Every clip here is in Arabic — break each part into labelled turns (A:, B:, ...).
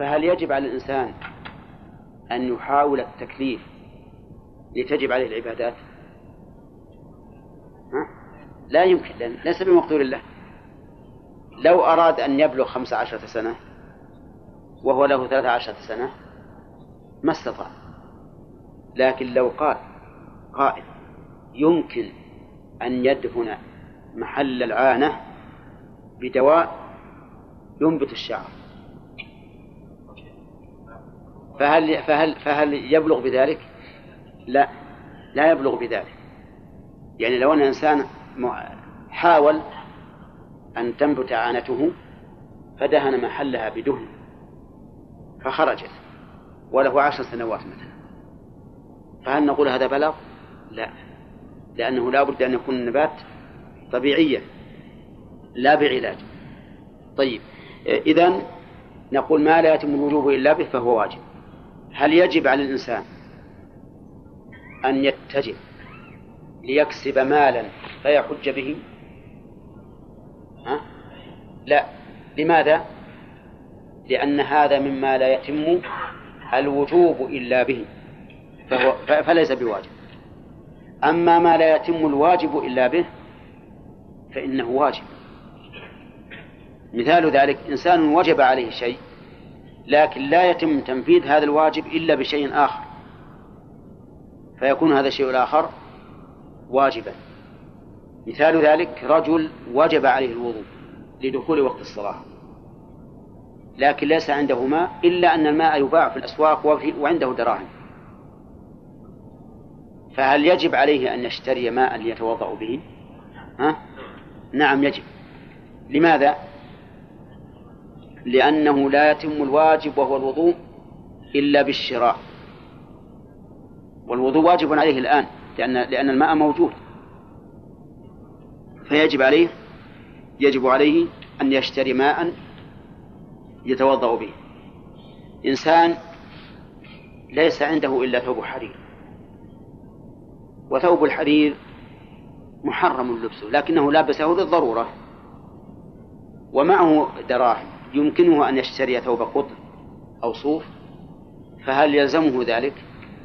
A: فهل يجب على الإنسان أن يحاول التكليف لتجب عليه العبادات؟ لا يمكن، لأن ليس بمقدور الله. لو أراد أن يبلغ 15 سنة وهو له 13 سنة ما استطاع. لكن لو قال قائل يمكن أن يدفن محل العانة بدواء ينبت الشعر، فهل يبلغ بذلك؟ لا يبلغ بذلك. يعني لو أن إنسان حاول أن تنبت عانته فدهن محلها بدهن فخرجت وله 10 سنوات مثلا، فهل نقول هذا بلغ؟ لا، لأنه لا بد أن يكون النبات طبيعيا لا بعلاج. طيب، إذن نقول ما لا يتم الوجوب إلا به فهو واجب. هل يجب على الإنسان أن يتجه ليكسب مالا فيحج به؟ لا. لماذا؟ لأن هذا مما لا يتم الوجوب إلا به فليس بواجب. أما ما لا يتم الواجب إلا به فإنه واجب. مثال ذلك إنسان وجب عليه شيء لكن لا يتم تنفيذ هذا الواجب إلا بشيء آخر، فيكون هذا الشيء الآخر واجبا. مثال ذلك رجل وجب عليه الوضوء لدخول وقت الصلاة لكن ليس عنده ماء إلا أن الماء يباع في الأسواق وعنده دراهم، فهل يجب عليه أن يشتري ماء يتوضأ به؟ نعم يجب. لماذا؟ لأنه لا يتم الواجب وهو الوضوء إلا بالشراء، والوضوء واجب عليه الآن لأن الماء موجود، يجب عليه أن يشتري ماء يتوضأ به. إنسان ليس عنده إلا ثوب حرير، وثوب الحرير محرم لبسه لكنه لابسه للضرورة، ومعه دراهم يمكنه أن يشتري ثوب قطن أو صوف، فهل يلزمه ذلك؟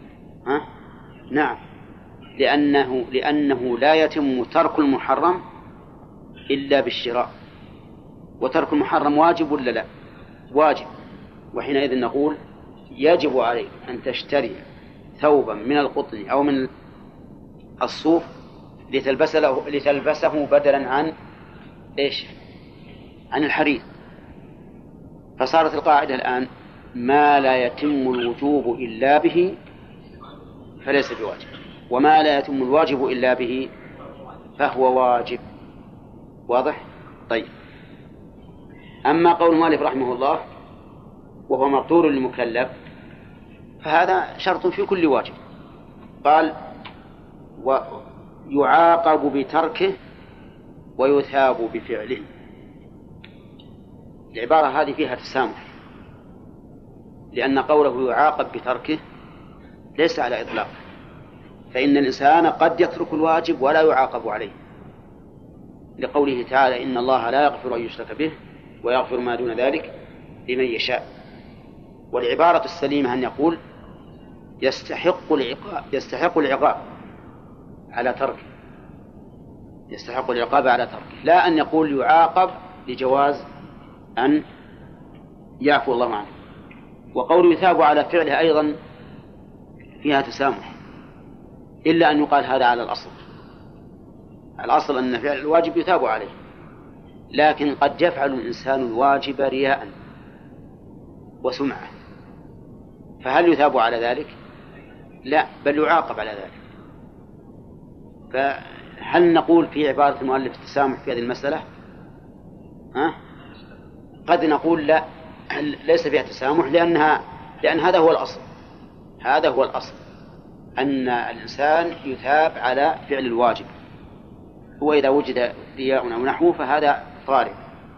A: نعم، لأنه لا يتم ترك المحرم إلا بالشراء، وترك المحرم واجب ولا لا؟ واجب. وحينئذ نقول يجب عليك أن تشتري ثوبا من القطن أو من الصوف لتلبسه بدلا عن عن الحرير. فصارت القاعدة الآن ما لا يتم الوجوب إلا به فليس بواجب، وما لا يتم الواجب إلا به فهو واجب. واضح؟ طيب، أما قول مالك رحمه الله وهو مقدور للمكلف فهذا شرط في كل واجب. قال ويعاقب بتركه ويثاب بفعله. العبارة هذه فيها تسامح، لأن قوله يعاقب بتركه ليس على إطلاق، فإن الإنسان قد يترك الواجب ولا يعاقب عليه، لقوله تعالى إن الله لا يغفر أن يشرك به ويغفر ما دون ذلك لمن يشاء. والعبارة السليمة أن يقول يستحق العقاب على تركه، يستحق العقاب على تركه، لا أن يقول يعاقب لجواز أن يعفو الله عنه. وقول يثاب على فعله أيضا فيها تسامح، إلا أن يقال هذا على الأصل. الأصل أن فعل الواجب يثاب عليه، لكن قد يفعل الإنسان الواجب رياء وسمعة، فهل يثاب على ذلك؟ لا، بل يعاقب على ذلك. فهل نقول في عبارة المؤلف التسامح في هذه المسألة؟ قد نقول لا، ليس فيها تسامح، لأن هذا هو الأصل. هذا هو الأصل أن الإنسان يثاب على فعل الواجب، وإذا وجد رياء أو نحوه فهذا طارئ.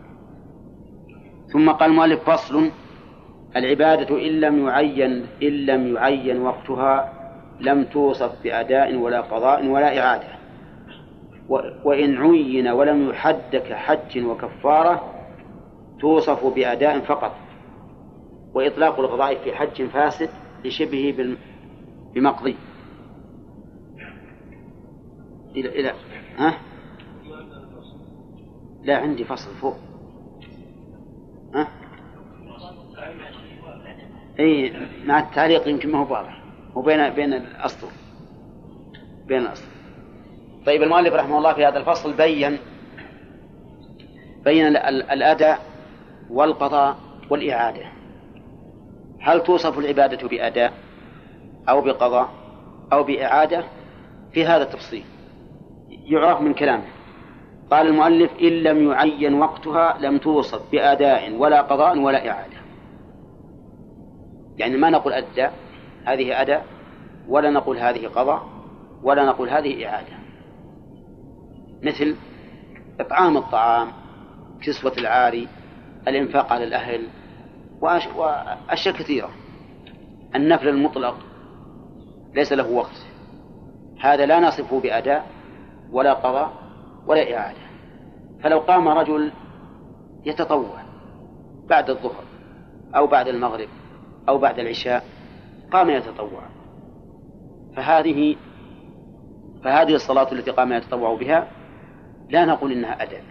A: ثم قال المؤلف فصل: العبادة إن لم يعين وقتها لم توصف بأداء ولا قضاء ولا إعادة، وإن عين ولم يحد كحج وكفارة توصف بأداء فقط. وإطلاق القضاء في حج فاسد لشبهه بمقضي. إلى ها؟ لا عندي فصل فوق. ها؟ أي مع التعليق يمكن ما هو واضح، وبين الأسطر بين الأسطر. طيب المؤلف رحمه الله في هذا الفصل بين الأداء والقضاء والإعادة. هل توصف العبادة بأداء أو بقضاء أو بإعادة؟ في هذا التفصيل يعرف من كلامه. قال المؤلف: إن لم يعين وقتها لم توصف بأداء ولا قضاء ولا إعادة. يعني ما نقول أداء هذه أداء، ولا نقول هذه قضاء، ولا نقول هذه إعادة. مثل إطعام الطعام، كسوة العاري، الإنفاق على الأهل، وأشياء كثيرة. النفل المطلق ليس له وقت، هذا لا نصفه بأداء ولا قضاء ولا إعادة. فلو قام رجل يتطوع بعد الظهر أو بعد المغرب أو بعد العشاء، قام يتطوع، فهذه الصلاة التي قام يتطوع بها لا نقول إنها أداء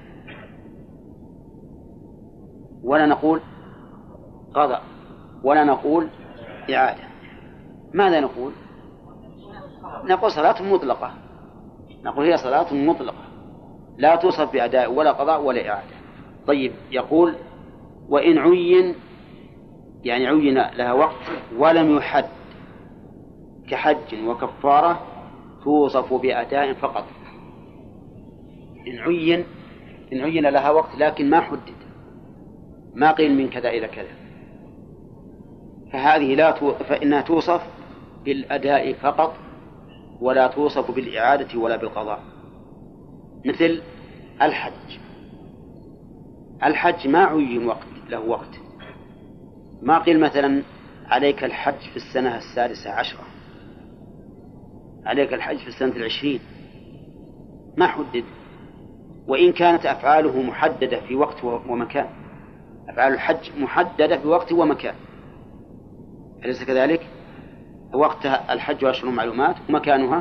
A: ولا نقول قضاء ولا نقول إعادة. ماذا نقول؟ نقول صلاة مطلقة، نقول هي صلاة مطلقة لا توصف بأداء ولا قضاء ولا إعادة. طيب يقول: وإن عين، يعني عين لها وقت ولم يحد كحج وكفارة، توصف بأداء فقط. إن عين لها وقت لكن ما حدد، ما قيل من كذا إلى كذا، فهذه فإنها توصف بالأداء فقط ولا توصف بالإعادة ولا بالقضاء. مثل الحج ما عين وقت له وقت، ما قيل مثلا عليك الحج في السنة 16، عليك الحج في السنة 20، ما حدد. وإن كانت أفعاله محددة في وقت ومكان، أفعال الحج محددة في وقت ومكان، أليس كذلك؟ وقت الحج أشهر معلومات، ومكانها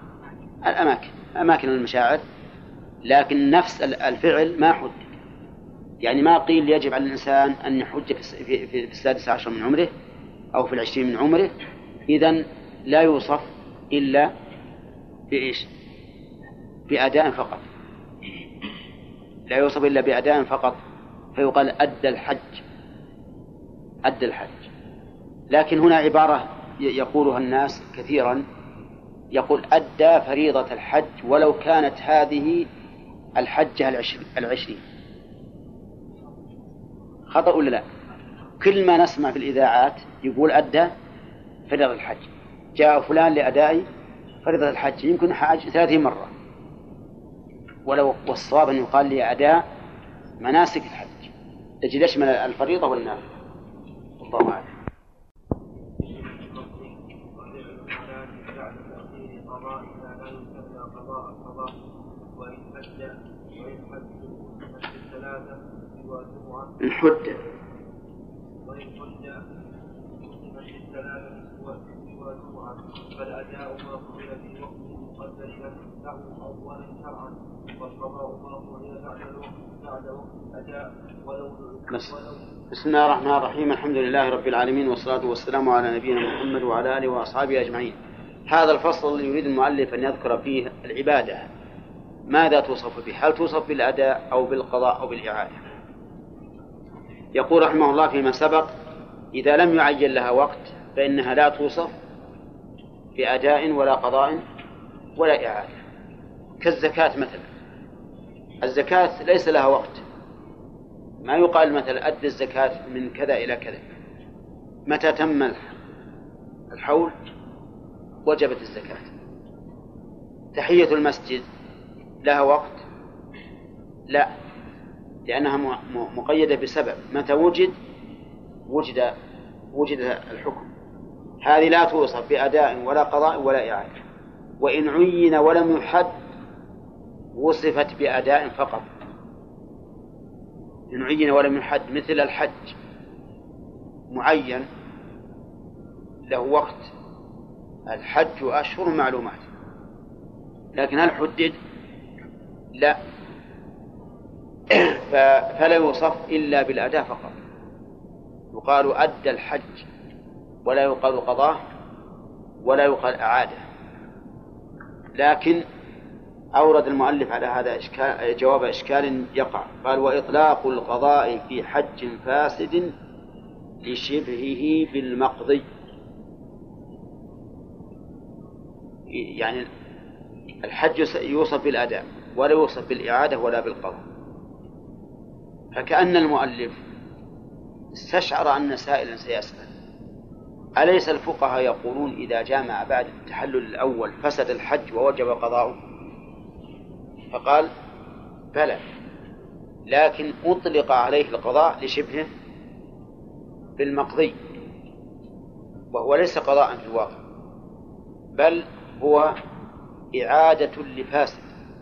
A: أماكن المشاعر، لكن نفس الفعل ما حدد. يعني ما قيل يجب على الإنسان أن يحج في 16 من عمره أو في 20 من عمره، إذن لا يوصف إلا بإيش؟ بأداء فقط، لا يوصف إلا بأداء فقط، فيقال أدى الحج. لكن هنا عبارة يقولها الناس كثيرا، يقول أدى فريضة الحج ولو كانت هذه الحجة 20. خطأ ولا لا؟ كل ما نسمع في الإذاعات يقول أدى فريضة الحج، جاء فلان لأداء فريضة الحج، يمكن حاج 30 مرة، والصواب أن يقال لأداء مناسك الحج تجد يشمل الفريضة والنافلة. الله أعلم. إن حد
B: فالأداء ما قبل في وقت مقدر له أولا شرعا، والقضاء ما قبل بعد وقت الأداء ولو.
A: بسم الله الرحمن الرحيم. الحمد لله رب العالمين، والصلاة والسلام على نبينا محمد وعلى آله وأصحابه أجمعين. هذا الفصل يريد المؤلف أن يذكر فيه العبادة ماذا توصف به، هل توصف بالأداء أو بالقضاء أو بالإعادة. يقول رحمه الله فيما سبق: إذا لم يعين لها وقت فإنها لا توصف بأداء ولا قضاء ولا إعادة. كالزكاة مثلا، الزكاة ليس لها وقت، ما يقال مثلا أدي الزكاة من كذا إلى كذا، متى تم الحول وجبت الزكاة. تحية المسجد لها وقت؟ لا، لأنها مقيدة بسبب، متى وجد الحكم. هذه لا توصف بأداء ولا قضاء ولا إعادة. وإن عين ولم يحد وصفت بأداء فقط. إن عين ولم يحد مثل الحج، معين له وقت، الحج أشهر معلومات، لكن هل حدد؟ لا. فلا يوصف إلا بالأداء فقط، يقال أدى الحج ولا يقال قضاه ولا يقال أعاده. لكن أورد المؤلف على هذا جواب إشكال يقع، قال: وإطلاق القضاء في حج فاسد لشبهه بالمقضي، يعني الحج يوصف بالأداء ولا يوصف بالإعادة ولا بالقضاء. فكأن المؤلف استشعر أن سائلا سيسأل: أليس الفقهاء يقولون إذا جامع بعد التحلل الأول فسد الحج ووجب قضاؤه؟ فقال: بلى، لكن أطلق عليه القضاء لشبهه بالمقضي، وهو ليس قضاء في الواقع، بل هو إعادة لفاسد.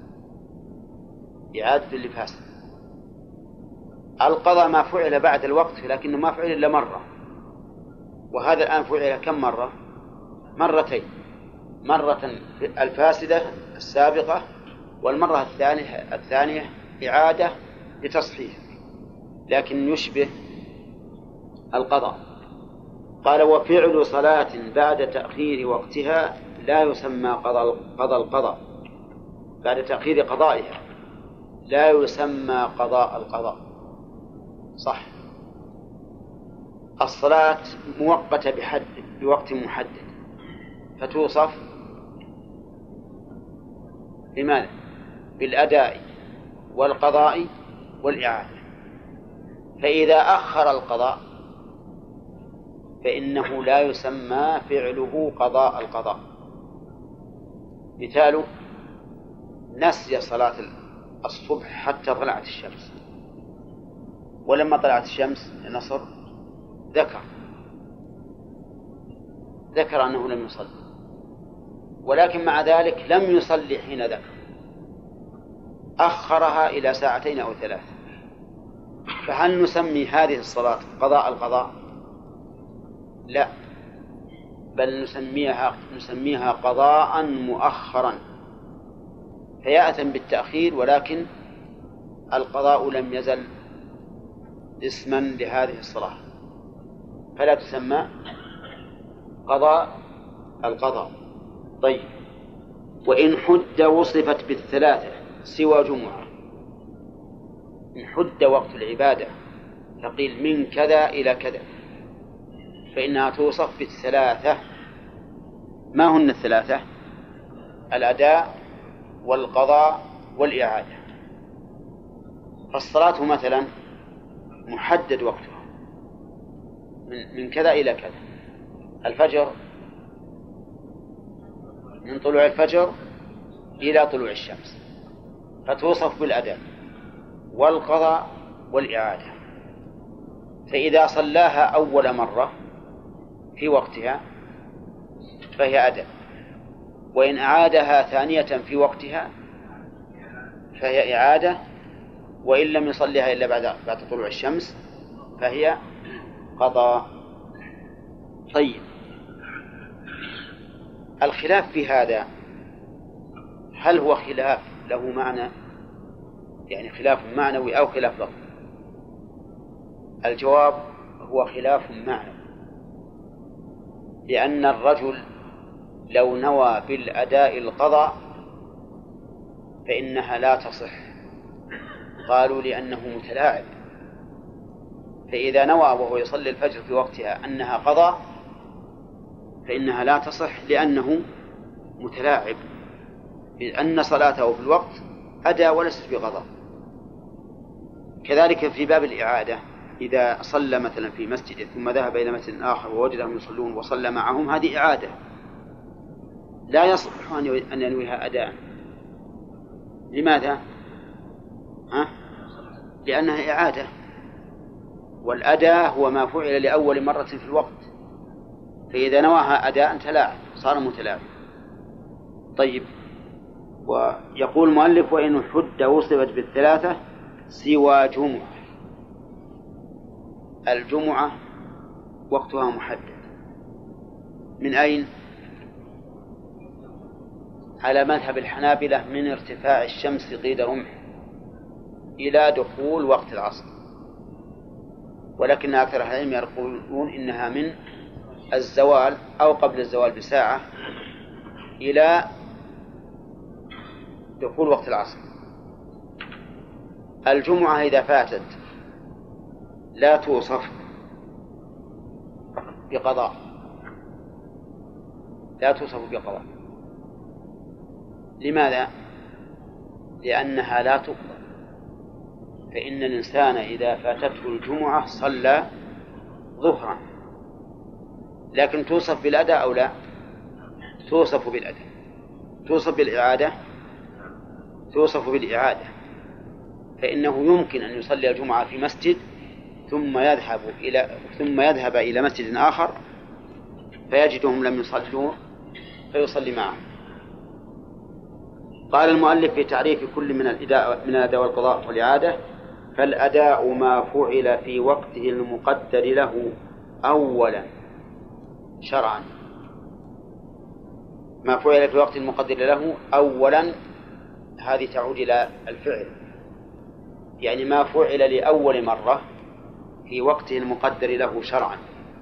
A: القضاء ما فعل بعد الوقت، لكنه ما فعل إلا مرة، وهذا الآن فعل كم مرة؟ مرتين، مرة الفاسدة السابقة، والمرة الثانية إعادة لتصحيح، لكن يشبه القضاء. قال: وفعل صلاة بعد تأخير وقتها لا يسمى قضى القضاء، بعد تأخير قضائها لا يسمى قضاء القضاء. صح، الصلاة مؤقتة بوقت محدد، فتوصف بماذا؟ بالأداء والقضاء والإعادة. فإذا أخر القضاء فإنه لا يسمى فعله قضاء القضاء. مثال: نسي صلاة الصبح حتى طلعت الشمس، ولما طلعت الشمس نصر ذكر أنه لم يصلي، ولكن مع ذلك لم يصلي حين ذكر، أخرها إلى 2 أو 3. فهل نسمي هذه الصلاة قضاء القضاء؟ لا، بل نسميها قضاء مؤخرا، فيأتم بالتأخير، ولكن القضاء لم يزل اسما لهذه الصلاة، فلا تسمى قضاء القضاء. طيب: وإن حد وصفت بالثلاثة سوى جمعة، إن حد وقت العبادة فقيل من كذا إلى كذا، فإنها توصف بالثلاثة. ما هن الثلاثة؟ الأداء والقضاء والإعادة. فالصلاة مثلا محدد وقتها من كذا إلى كذا، الفجر من طلوع الفجر إلى طلوع الشمس، فتوصف بالأداء والقضاء والإعادة. فإذا صلاها أول مرة في وقتها فهي أداء، وإن أعادها ثانية في وقتها فهي إعادة، وإن لم يصليها إلا بعد طلوع الشمس فهي قضاء. طيب، الخلاف في هذا هل هو خلاف له معنى، يعني خلاف معنوي أو خلاف لفظي؟ الجواب هو خلاف معنوي، لأن الرجل لو نوى بالأداء القضاء فإنها لا تصح، قالوا لأنه متلاعب. فإذا نوى وهو يصلي الفجر في وقتها أنها قضاء فإنها لا تصح لأنه متلاعب، لأن صلاته في الوقت أداء وليست بقضاء. كذلك في باب الإعادة، إذا صلى مثلا في مسجد ثم ذهب إلى مسجد آخر ووجدهم يصلون وصلى معهم، هذه إعادة لا يصح أن ينويها أداء. لماذا؟ لأنها إعادة، والأداء هو ما فعل لأول مرة في الوقت، فإذا نواها أداء تلاعب، صار متلاعب. طيب، ويقول المؤلف: وإن حد وصفت بالثلاثة سوى جمعة. الجمعة وقتها محدد. من أين؟ على مذهب الحنابلة من ارتفاع الشمس قيد رمح إلى دخول وقت العصر، ولكن أكثر أهل العلم يقولون إنها من الزوال أو قبل الزوال بساعة إلى دخول وقت العصر. الجمعة إذا فاتت لا توصف بقضاء، لا توصف بقضاء. لماذا؟ لأنها لا تقضى، فإن الإنسان إذا فاتته الجمعة صلى ظهرا، لكن توصف بالأداء أو لا؟ توصف بالأداء. توصف بالإعادة؟ توصف بالإعادة، فإنه يمكن أن يصلي الجمعة في مسجد ثم يذهب إلى مسجد آخر فيجدهم لم يصلوا فيصلي معهم. قال المؤلف في تعريف كل من الأداء والقضاء والإعادة: فالأداء ما فعل في وقته المقدر له أولا شرعا. ما فعل في وقت المقدر له أولا، هذه تعود إلى الفعل، يعني ما فعل لأول مرة في وقته المقدر له شرعا،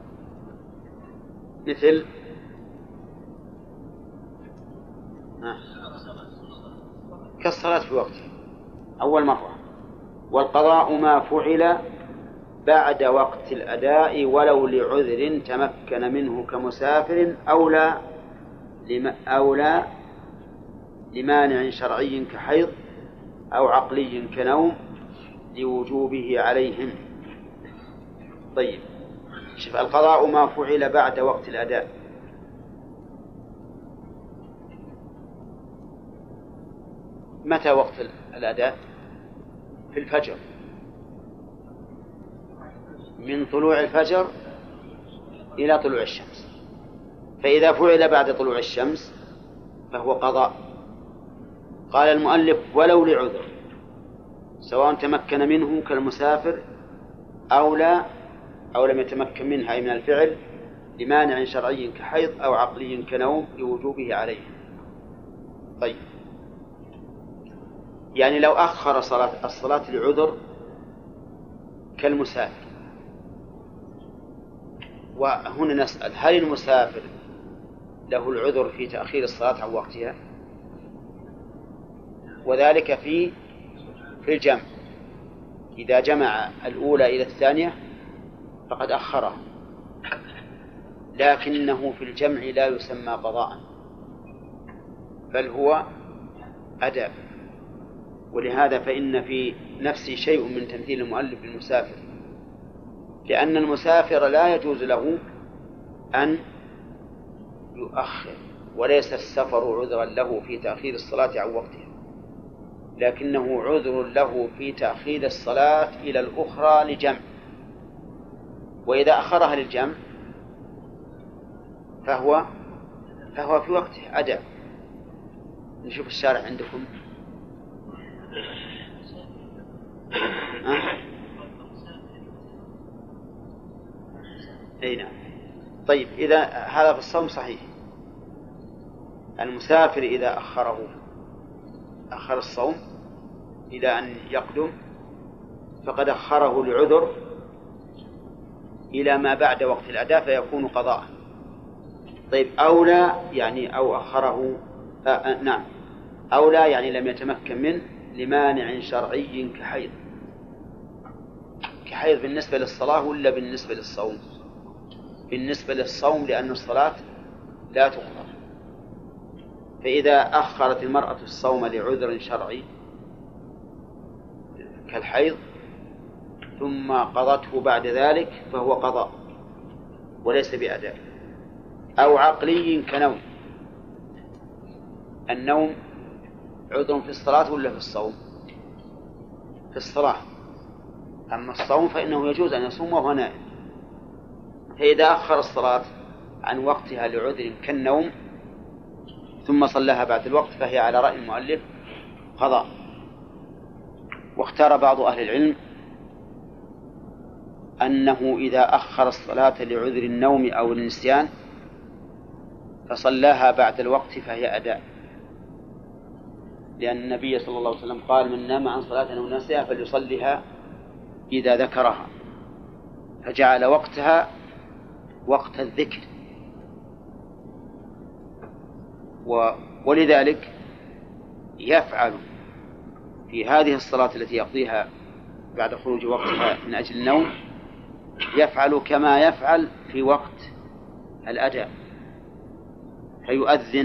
A: مثل كالصلاة في وقته أول مرة. والقضاء ما فعل بعد وقت الأداء ولو لعذر تمكن منه كمسافر أو لا لمانع شرعي كحيض أو عقلي كنوم لوجوبه عليهم. طيب، شوف، القضاء ما فعل بعد وقت الأداء. متى وقت الأداء؟ في الفجر، من طلوع الفجر إلى طلوع الشمس. فإذا فعل بعد طلوع الشمس فهو قضاء. قال المؤلف: ولو لعذر، سواء تمكن منه كالمسافر أو لم يتمكن منها، أي من الفعل، لمانع شرعي كحيض أو عقلي كنوم لوجوبه عليه. طيب، يعني لو أخر الصلاة لعذر كالمسافر. وهنا نسأل: هل المسافر له العذر في تأخير الصلاة عن وقتها؟ وذلك في الجمع، إذا جمع الأولى إلى الثانية فقد أخرها، لكنه في الجمع لا يسمى قضاء بل هو أداء. ولهذا فإن في نفسه شيء من تمثيل المؤلف للمسافر، لأن المسافر لا يجوز له أن يؤخر، وليس السفر عذرا له في تأخير الصلاة عن وقتها، لكنه عذر له في تأخير الصلاة إلى الأخرى لجمع. وإذا أخرها للجمع فهو في وقته أداء. نشوف الشارع عندكم. أي نعم. طيب، إذا هذا في الصوم صحيح. المسافر إذا أخر الصوم إلى أن يقدم فقد أخره لعذر إلى ما بعد وقت الأداء فيكون قضاء. طيب، أولى يعني أو أخره نعم، أولى يعني لم يتمكن منه لمانع شرعي كحيض. كحيض بالنسبة للصلاة ولا بالنسبة للصوم؟ بالنسبة للصوم، لأن الصلاة لا تقضى. فإذا أخرت المرأة الصوم لعذر شرعي كالحيض ثم قضته بعد ذلك فهو قضاء وليس بأداء. أو عقلي كنوم. النوم عذر في الصلاة ولا في الصوم؟ في الصلاة. أما الصوم فإنه يجوز أن يصوم وهو نائم. فإذا أخر الصلاة عن وقتها لعذر كالنوم ثم صلىها بعد الوقت فهي على رأي المؤلف قضاء. واختار بعض أهل العلم أنه إذا أخر الصلاة لعذر النوم أو النسيان فصلاها بعد الوقت فهي أداء، لأن النبي صلى الله عليه وسلم قال: من نام عن صلاة أو نسيها فليصلها إذا ذكرها، فجعل وقتها وقت الذكر. ولذلك يفعل في هذه الصلاة التي يقضيها بعد خروج وقتها من أجل النوم يفعل كما يفعل في وقت الأداء، فيؤذن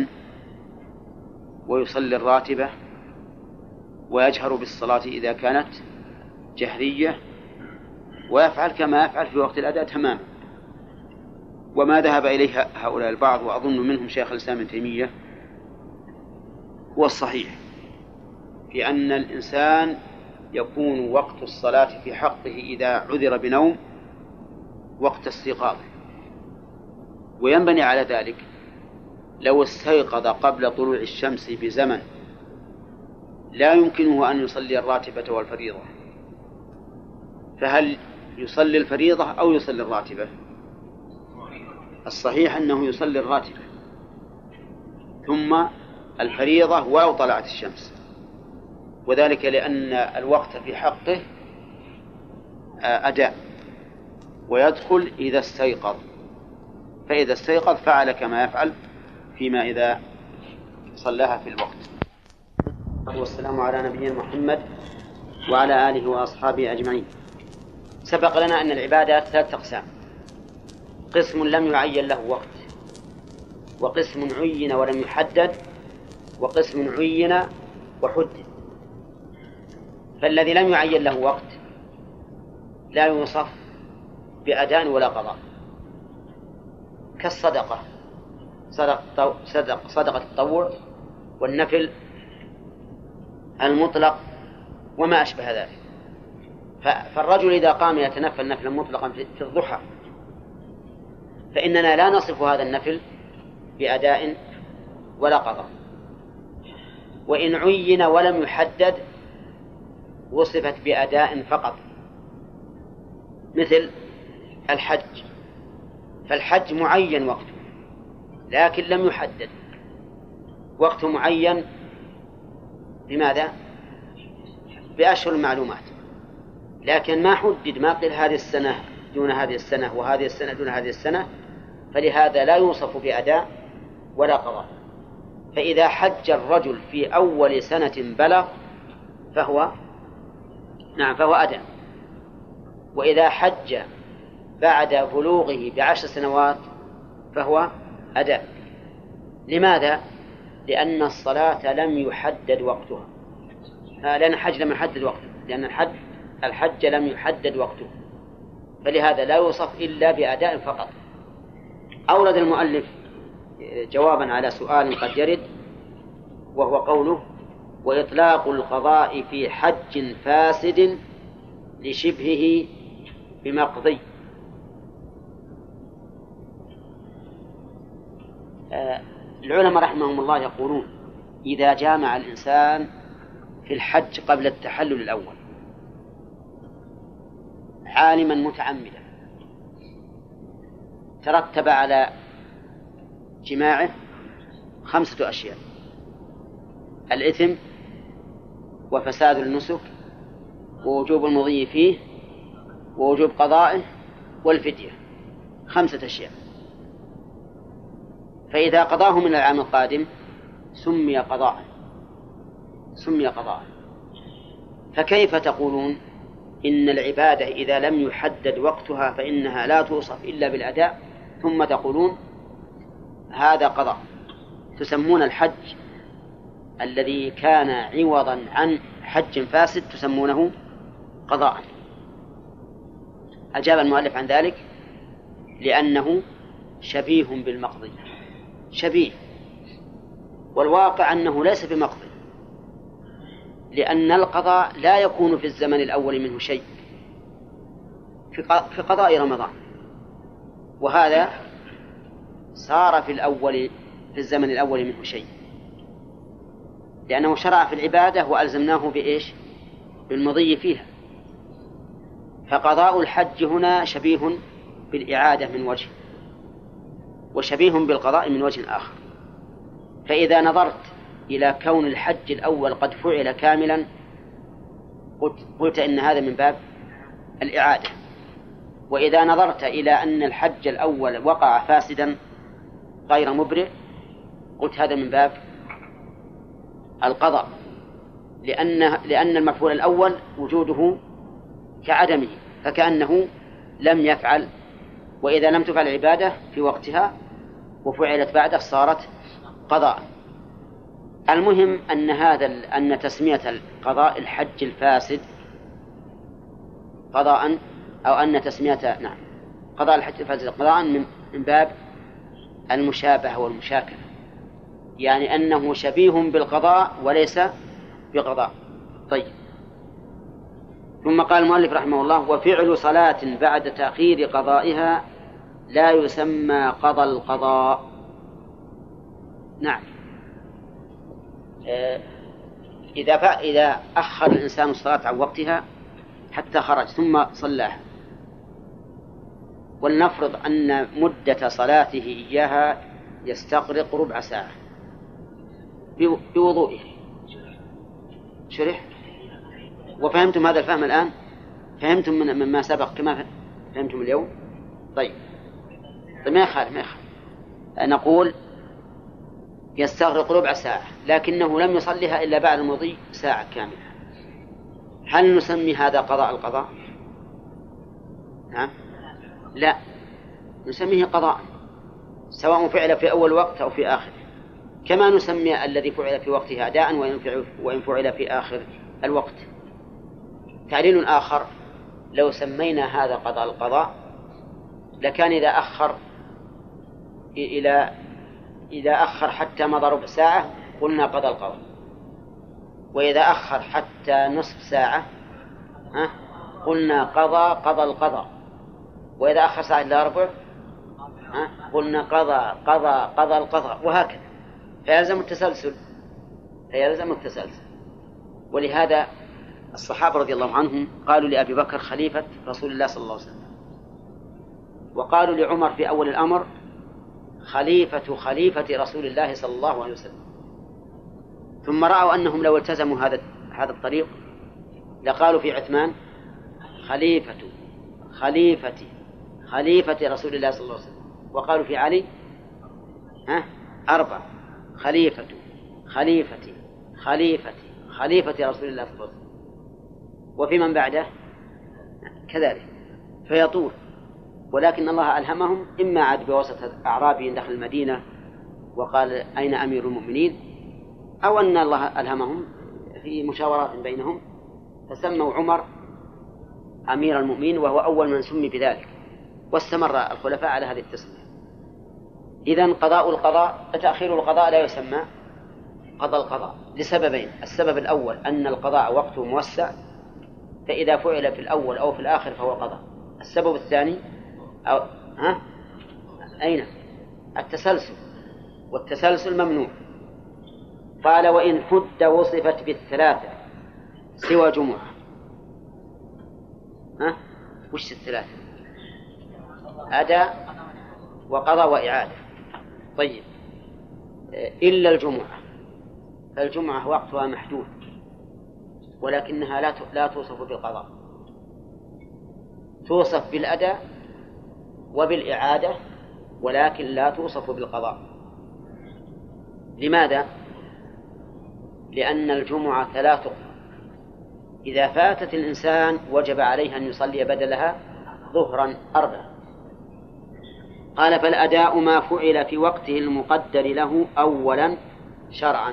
A: ويصلي الراتبة ويجهر بالصلاة إذا كانت جهرية، ويفعل كما يفعل في وقت الأداء تماما. وما ذهب إليه هؤلاء البعض وأظن منهم شيخ الإسلام ابن تيمية هو الصحيح، في أن الإنسان يكون وقت الصلاة في حقه إذا عذر بنوم وقت استيقاظه، وينبني على ذلك لو استيقظ قبل طلوع الشمس بزمن لا يمكنه أن يصلي الراتبة والفريضة، فهل يصلي الفريضة أو يصلي الراتبة؟ الصحيح أنه يصلي الراتبة ثم الفريضة ولو طلعت الشمس، وذلك لأن الوقت في حقه أداء، ويدخل إذا استيقظ، فإذا استيقظ فعل كما يفعل فيما إذا صلاها في الوقت. والسلام على نبينا محمد وعلى آله وأصحابه أجمعين. سبق لنا أن العبادات 3 أقسام: قسم لم يعين له وقت، وقسم عين ولم يحدد، وقسم عين وحدد. فالذي لم يعين له وقت لا يوصف بأداء ولا قضاء، كالصدقة، صدقة التطوع والنفل المطلق وما أشبه ذلك. فالرجل إذا قام يتنفل نفلا مطلقا في الضحى فإننا لا نصف هذا النفل بأداء ولا قضاء. وإن عين ولم يحدد وصفت بأداء فقط، مثل الحج، فالحج معين وقته لكن لم يحدد، وقته معين بماذا؟ بأشهر المعلومات، لكن ما حدد، ما قيل هذه السنة دون هذه السنة وهذه السنة دون هذه السنة، فلهذا لا يوصف بأداء ولا قضاء. فإذا حج الرجل في أول سنة بلغ فهو أداء، وإذا حج بعد بلوغه ب10 سنوات فهو أداء. لماذا؟ لأن الصلاة لم يحدد وقتها، لأن الحج لم يحدد وقته، لأن الحج لم يحدد وقته، فلهذا لا يوصف إلا بأداء فقط. أورد المؤلف جوابا على سؤال قد يرد، وهو قوله: وإطلاق القضاء في حج فاسد لشبهه بمقضي. العلماء رحمهم الله يقولون: إذا جامع الإنسان في الحج قبل التحلل الأول عالما متعمدا ترتب على جماعه 5 أشياء: الإثم، وفساد النسك، ووجوب المضي فيه، ووجوب قضائه، والفدية. 5 أشياء. فإذا قضاه من العام القادم سمي قضاء. فكيف تقولون إن العبادة إذا لم يحدد وقتها فإنها لا توصف إلا بالأداء، ثم تقولون هذا قضاء؟ تسمون الحج الذي كان عوضا عن حج فاسد تسمونه قضاء. أجاب المؤلف عن ذلك لأنه شبيه بالمقضي، شبيه، والواقع أنه ليس بمقضي، لأن القضاء لا يكون في الزمن الأول منه شيء في قضاء رمضان، وهذا صار في الزمن الأول منه شيء، لأنه شرع في العبادة وألزمناه بإيش؟ بالمضي فيها. فقضاء الحج هنا شبيه بالإعادة من وجه، وشبيه بالقضاء من وجه آخر. فإذا نظرت إلى كون الحج الأول قد فعل كاملا قلت إن هذا من باب الإعادة، وإذا نظرت إلى أن الحج الأول وقع فاسدا غير مبرئ قلت هذا من باب القضاء، لأن المفعول الأول وجوده كعدمه، فكأنه لم يفعل، وإذا لم تفعل العبادة في وقتها وفعلت بعده صارت قضاء. المهم أن تسمية قضاء الحج الفاسد قضاء، أو أن تسمية قضاء الحج الفاسد قضاء من باب المشابهة والمشاكلة، يعني أنه شبيه بالقضاء وليس بقضاء. طيب، ثم قال المؤلف رحمه الله: وفعل صلاة بعد تأخير قضائها لا يسمى قضى القضاء. نعم، إذا أخر الإنسان الصلاة عن وقتها حتى خرج ثم صلاها، ولنفرض أن مدة صلاته إياها يستغرق ربع ساعة بوضوئه، شرح وفهمتم هذا الفهم الآن؟ فهمتم مما سبق كما فهمتم اليوم؟ طيب ما يخالف نقول يستغرق ربع ساعة لكنه لم يصلها إلا بعد المضي ساعة كاملة، هل نسمي هذا قضاء القضاء؟ لا، نسميه قضاء سواء فعل في أول وقت أو في آخر، كما نسمي الذي فعل في وقته أداء وإن فعل في آخر الوقت. تعليل آخر: لو سمينا هذا قضاء القضاء لكان إذا أخر حتى مضى ربع ساعة قلنا قضى القضاء، وإذا أخر حتى نصف ساعة قلنا قضى القضاء، وإذا أخر ساعة إلى ربع قلنا قضى القضاء، وهكذا فيلزم التسلسل. ولهذا الصحابة رضي الله عنهم قالوا لأبي بكر خليفة رسول الله صلى الله عليه وسلم، وقالوا لعمر في أول الأمر خليفة رسول الله صلى الله عليه وسلم، ثم رأوا أنهم لو التزموا هذا الطريق لقالوا في عثمان خليفة رسول الله صلى الله عليه وسلم، وقالوا في علي 4 خليفة رسول الله صلى الله عليه وسلم، وفي من بعده كذلك، فيطول. ولكن الله ألهمهم، إما عاد بواسطة أعرابي دخل المدينة وقال أين أمير المؤمنين، أو أن الله ألهمهم في مشاورات بينهم فسموا عمر أمير المؤمنين وهو أول من سمي بذلك، واستمر الخلفاء على هذه التسمية. إذن تأخير القضاء لا يسمى قضى القضاء لسببين: السبب الأول أن القضاء وقته موسع، فإذا فعل في الأول أو في الآخر فهو قضاء. السبب الثاني التسلسل، والتسلسل ممنوع. قال: وإن حد وصفت بالثلاثة سوى جمعة. وش الثلاثة؟ أداء وقضاء وإعادة. طيب، إلا الجمعة، فالجمعة وقتها محدود ولكنها لا توصف بالقضاء، توصف بالأداء وبالإعادة ولكن لا توصف بالقضاء. لماذا؟ لأن الجمعة لا تقضى، إذا فاتت الإنسان وجب عليه أن يصلي بدلها ظهرا 4. قال: فالأداء ما فعل في وقته المقدر له أولا شرعا،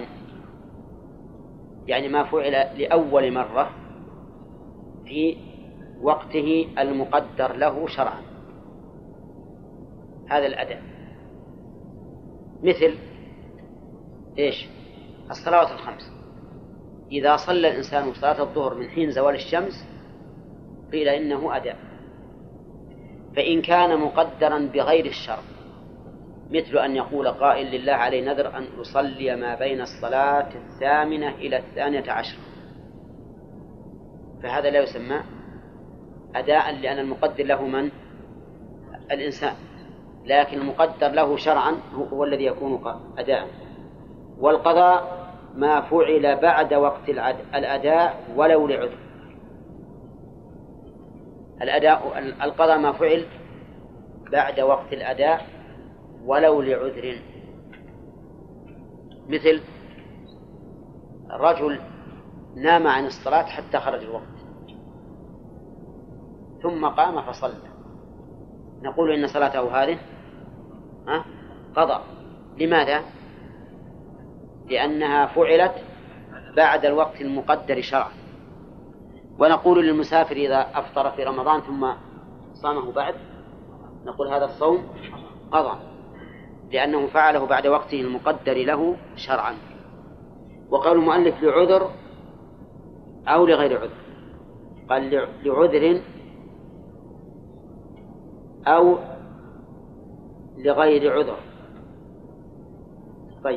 A: يعني ما فعل لأول مرة في وقته المقدر له شرعا، هذا الأداء. مثل الصلوات الخمس، إذا صلى الإنسان صلاة الظهر من حين زوال الشمس قيل إنه أداء. فإن كان مقدرا بغير الشرع، مثل أن يقول قائل: لله علي نذر أن أصلي ما بين الصلاة 8 إلى 12، فهذا لا يسمى أداء، لأن المقدر له من؟ الإنسان، لكن المقدر له شرعا هو الذي يكون أداء. والقضاء ما فعل بعد وقت الأداء ولو لعذر. القضاء ما فعل بعد وقت الأداء ولو لعذر، مثل رجل نام عن الصلاة حتى خرج الوقت ثم قام فصلى، نقول إن صلاته هذه قضاء. لماذا؟ لأنها فعلت بعد الوقت المقدر شرعا. ونقول للمسافر إذا أفطر في رمضان ثم صامه بعد، نقول هذا الصوم قضاء، لأنه فعله بعد وقته المقدر له شرعا. وقال المؤلف لعذر أو لغير عذر، قال لعذر أو لغير عذر. طيب،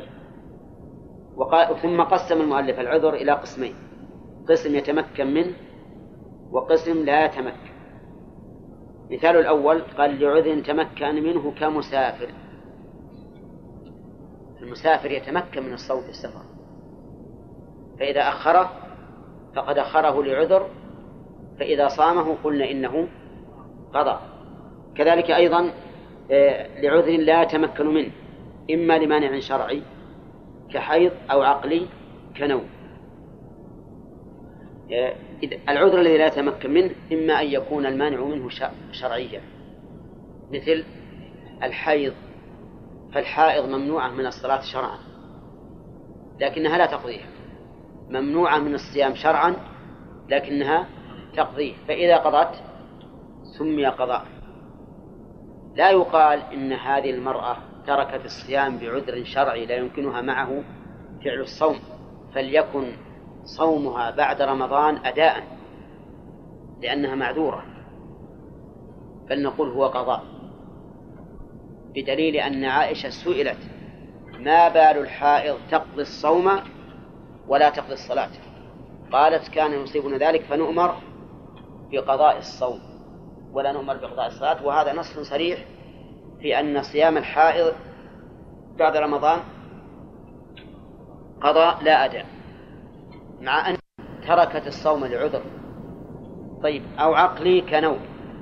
A: ثم قسم المؤلف العذر إلى قسمين: قسم يتمكن منه وقسم لا يتمكن. مثال الأول قال لعذر تمكن منه كمسافر. المسافر يتمكن من الصوم في السفر، فإذا أخره فقد أخره لعذر، فإذا صامه قلنا إنه قضى. كذلك أيضا لعذر لا يتمكن منه، إما لمانع شرعي كحيض أو عقلي كنوم. العذر الذي لا يتمكن منه إما أن يكون المانع منه شرعيا، مثل الحيض، فالحائض ممنوعة من الصلاة شرعا لكنها لا تقضيها، ممنوعة من الصيام شرعا لكنها تقضيه، فإذا قضت سمي قضاء. لا يقال إن هذه المرأة تركت الصيام بعذر شرعي لا يمكنها معه فعل الصوم فليكن صومها بعد رمضان أداء لأنها معذورة، بل نقول هو قضاء، بدليل أن عائشة سئلت: ما بال الحائض تقضي الصوم ولا تقضي الصلاة؟ قالت: كان يصيبنا ذلك فنؤمر بقضاء الصوم ولا نؤمر بقضاء الصلاة. وهذا نص صريح في أن صيام الحائض بعد رمضان قضاء لا أداء، مع أن تركت الصوم لعذر. طيب، أو عقلي كنوم،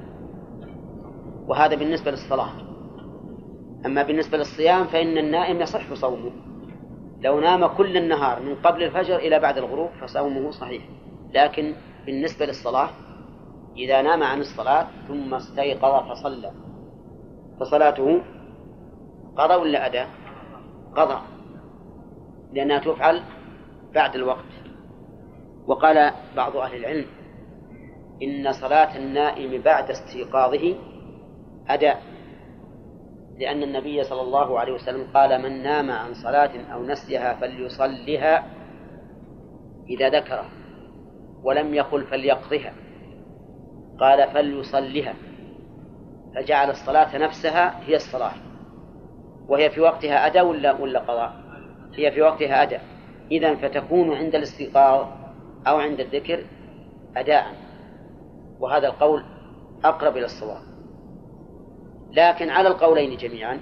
A: وهذا بالنسبة للصلاة. أما بالنسبة للصيام فإن النائم يصح صومه، لو نام كل النهار من قبل الفجر إلى بعد الغروب فصومه صحيح. لكن بالنسبة للصلاة إذا نام عن الصلاة ثم استيقظ فصلى فصلاته قضى ولا أداء؟ قضى، لأنها تفعل بعد الوقت. وقال بعض أهل العلم إن صلاة النائم بعد استيقاظه أداء، لأن النبي صلى الله عليه وسلم قال: من نام عن صلاة أو نسيها فليصلها إذا ذكره، ولم يقل فليقضها، قال فليصلها، فجعل الصلاة نفسها هي الصلاة، وهي في وقتها أداء ولا قضاء؟ هي في وقتها أداء. إذن فتكون عند الاستيقاظ أو عند الذكر أداء، وهذا القول أقرب إلى الصواب. لكن على القولين جميعا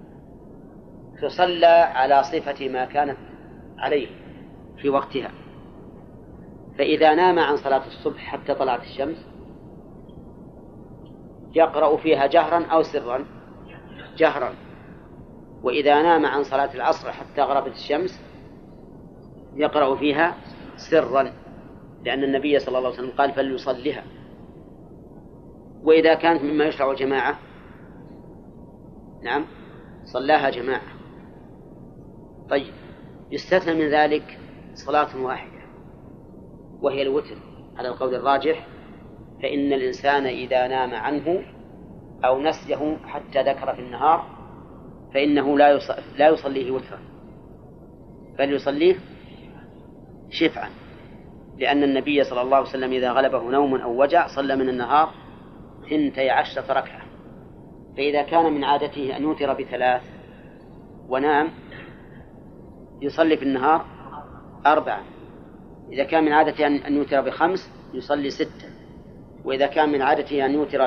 A: تصلى على صفة ما كانت عليه في وقتها. فإذا نام عن صلاة الصبح حتى طلعت الشمس يقرأ فيها جهرا أو سرا؟ جهرا. وإذا نام عن صلاة العصر حتى غربت الشمس يقرأ فيها سرا، لأن النبي صلى الله عليه وسلم قال فليصلها. وإذا كانت مما يشرع جماعة نعم صلاها جماعة. طيب، يستثنى من ذلك صلاة واحدة وهي الوتر على القول الراجح، فإن الإنسان إذا نام عنه أو نسيه حتى ذكر في النهار فإنه لا يصليه وترا بل يصليه شفعا، لأن النبي صلى الله عليه وسلم إذا غلبه نوم أو وجع صلى من النهار 12 ركعة. فإذا كان من عادته أن يوتر ب3 ونام يصلي في النهار 4، إذا كان من عادته أن يوتر ب5 يصلي 6، وإذا كان من عادته أن يوتر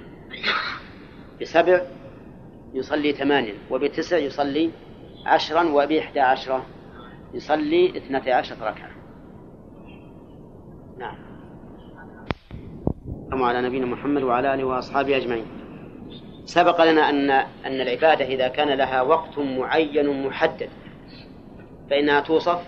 A: ب7 يصلي 8، وب9 يصلي 10، وب11 يصلي 12 ركعة. نعم. على نبينا محمد وعلى آله وأصحابه أجمعين. سبق لنا أن العبادة إذا كان لها وقت معين محدد فإنها توصف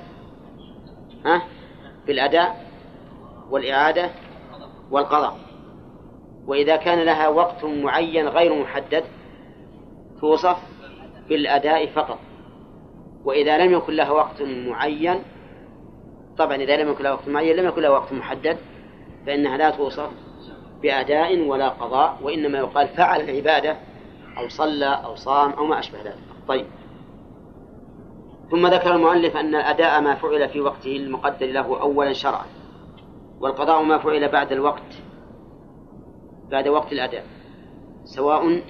A: بالأداء والإعادة والقضاء، وإذا كان لها وقت معين غير محدد توصف بالأداء فقط. وإذا لم يكن لها وقت معين، طبعا إذا لم يكن لها وقت معين لم يكن لها وقت محدد، فإنها لا توصف بأداء ولا قضاء، وإنما يقال فعل العبادة أو صلى أو صام أو ما أشبه ذلك. طيب، ثم ذكر المؤلف أن الأداء ما فعل في وقته المقدر له أولا شرعا، والقضاء ما فعل بعد وقت الأداء، سواء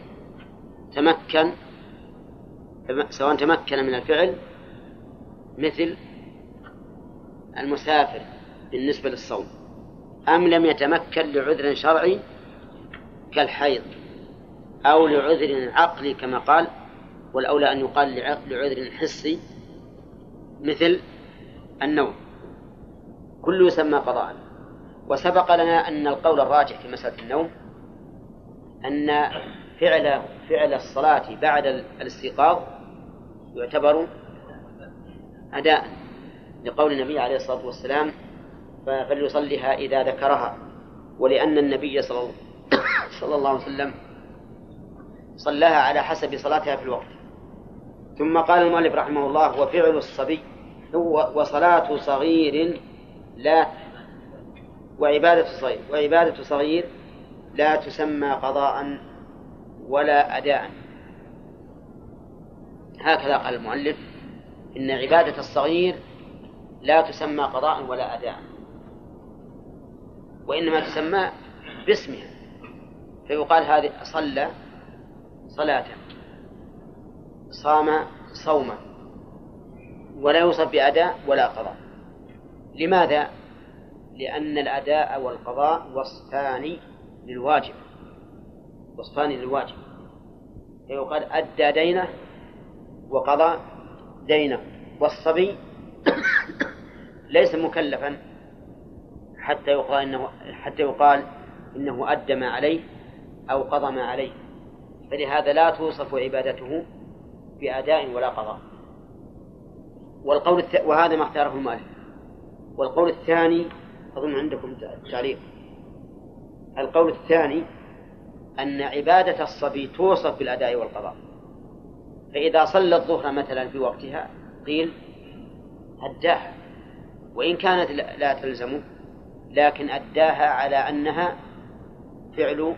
A: تمكن من الفعل، مثل المسافر بالنسبة للصوم، أم لم يتمكن لعذر شرعي كالحيض، أو لعذر عقلي كما قال، والأولى أن يقال لعذر حسي مثل النوم، كله يسمى قضاء. وسبق لنا أن القول الراجح في مسألة النوم أن فعل الصلاة بعد الاستيقاظ يعتبر أداء، لقول النبي عليه الصلاة والسلام فليصليها إذا ذكرها، ولأن النبي صلى الله عليه وسلم صلاها على حسب صلاتها في الوقت. ثم قال المؤلف رحمه الله: وفعل الصبي وصلاة صغير لا وعبادة صغير لا تسمى قضاء ولا أداء. هكذا قال المؤلف: إن عبادة الصغير لا تسمى قضاء ولا أداء، وإنما تسمى باسمها، فيقال هذه صلى صلاة، صام صوما، ولا يوصف بأداء ولا قضاء. لماذا؟ لأن الأداء والقضاء وصفان للواجب، فيقال أدى دينه وقضى دينه. والصبي ليس مكلفا حتى يقال إنه أدى ما عليه أو قضى ما عليه، فلهذا لا توصف عبادته بأداء ولا قضاء. وهذا ما اختاره المؤلف. والقول الثاني أظن عندكم تعليق. القول الثاني أن عبادة الصبي توصف بالأداء والقضاء، فإذا صلى الظهر مثلا في وقتها قيل أداها، وإن كانت لا تلزمه لكن أداها على أنها فعل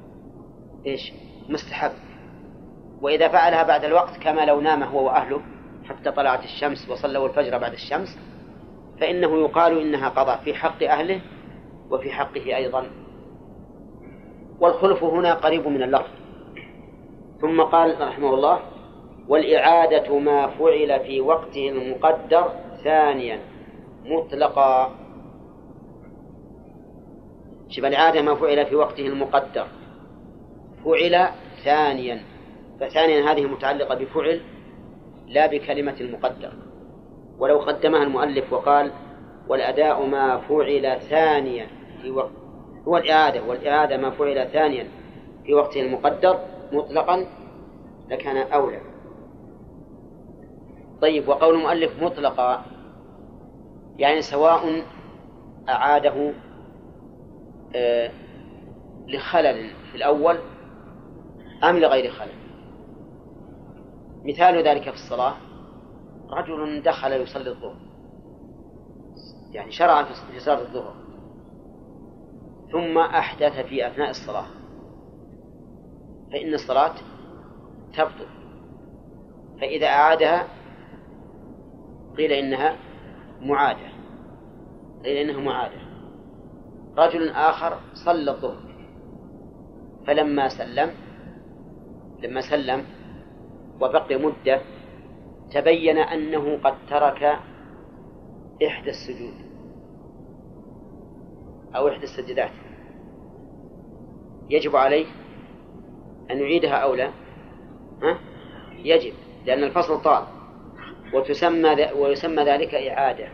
A: مستحب. وإذا فعلها بعد الوقت كما لو نام هو وأهله حتى طلعت الشمس وصلوا الفجر بعد الشمس، فإنه يقال إنها قضاء في حق أهله وفي حقه أيضا. والخلف هنا قريب من اللفظ. ثم قال رحمه الله: والإعادة ما فعل في وقته المقدر ثانيا مطلقا. الإعادة ما فعل في وقته المقدر فعل ثانيا، فثانيا هذه متعلقة بفعل لا بكلمة المقدر. ولو قدمها المؤلف وقال: والأداء ما فعل ثانيا في وقت، هو والإعادة ما فعل ثانيا في وقته المقدر مطلقا لكان أولى. طيب، وقول المؤلف مطلقا يعني سواء أعاده لخلل في الأول أم لغير خلل. مثال ذلك في الصلاة: رجل دخل يصلي الظهر، يعني شرع في صلاة الظهر، ثم أحدث في أثناء الصلاة، فإن الصلاة تبطل، فإذا أعادها قيل إنها معادة. رجل آخر صلى الظهر، فلما سلم وبقي مدة تبين أنه قد ترك إحدى السجود أو إحدى السجدات، يجب عليه أن يعيدها أو لا؟ يجب، لأن الفصل طال، ويسمى ذلك إعادة.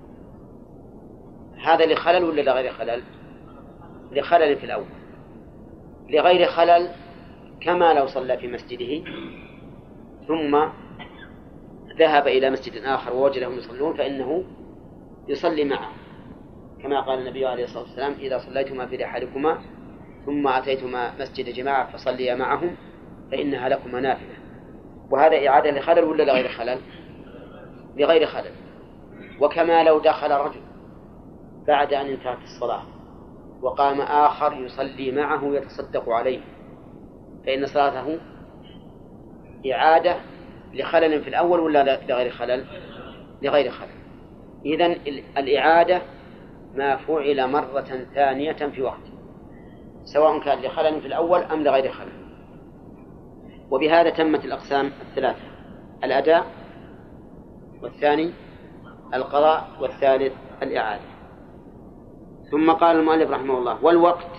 A: هذا لخلل ولا لغير خلل؟ لخلل في الأول. لغير خلل كما لو صلى في مسجده ثم ذهب إلى مسجد آخر ووجدهم يصلون فإنه يصلي معه، كما قال النبي عليه الصلاة والسلام: إذا صليتما في رحالكما ثم أتيتما مسجد جماعة فصليا معهم فإنها لكما نافلة. وهذا إعادة لخلل ولا لغير خلل؟ لغير خلل. وكما لو دخل رجل بعد أن انتهت الصلاة وقام آخر يصلي معه يتصدق عليه، فإن صلاته إعادة لخلل في الأول ولا لغير خلل؟ لغير خلل. إذن الإعادة ما فعل مرة ثانية في وقت، سواء كان لخلل في الأول أم لغير خلل. وبهذا تمت الأقسام الثلاثة: الأداء، والثاني القضاء، والثالث الإعادة. ثم قال المؤلف رحمه الله: والوقت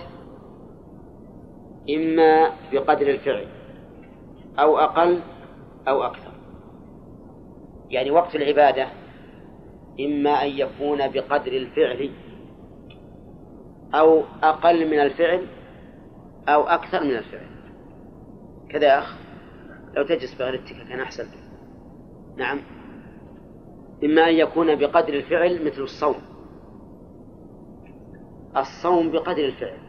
A: إما بقدر الفعل أو أقل أو أكثر. يعني وقت العبادة إما أن يكون بقدر الفعل أو أقل من الفعل أو أكثر من الفعل. كذا يا أخ، لو تجلس بغيرتك كان أحسن. نعم، إما أن يكون بقدر الفعل مثل الصوم. الصوم بقدر الفعل،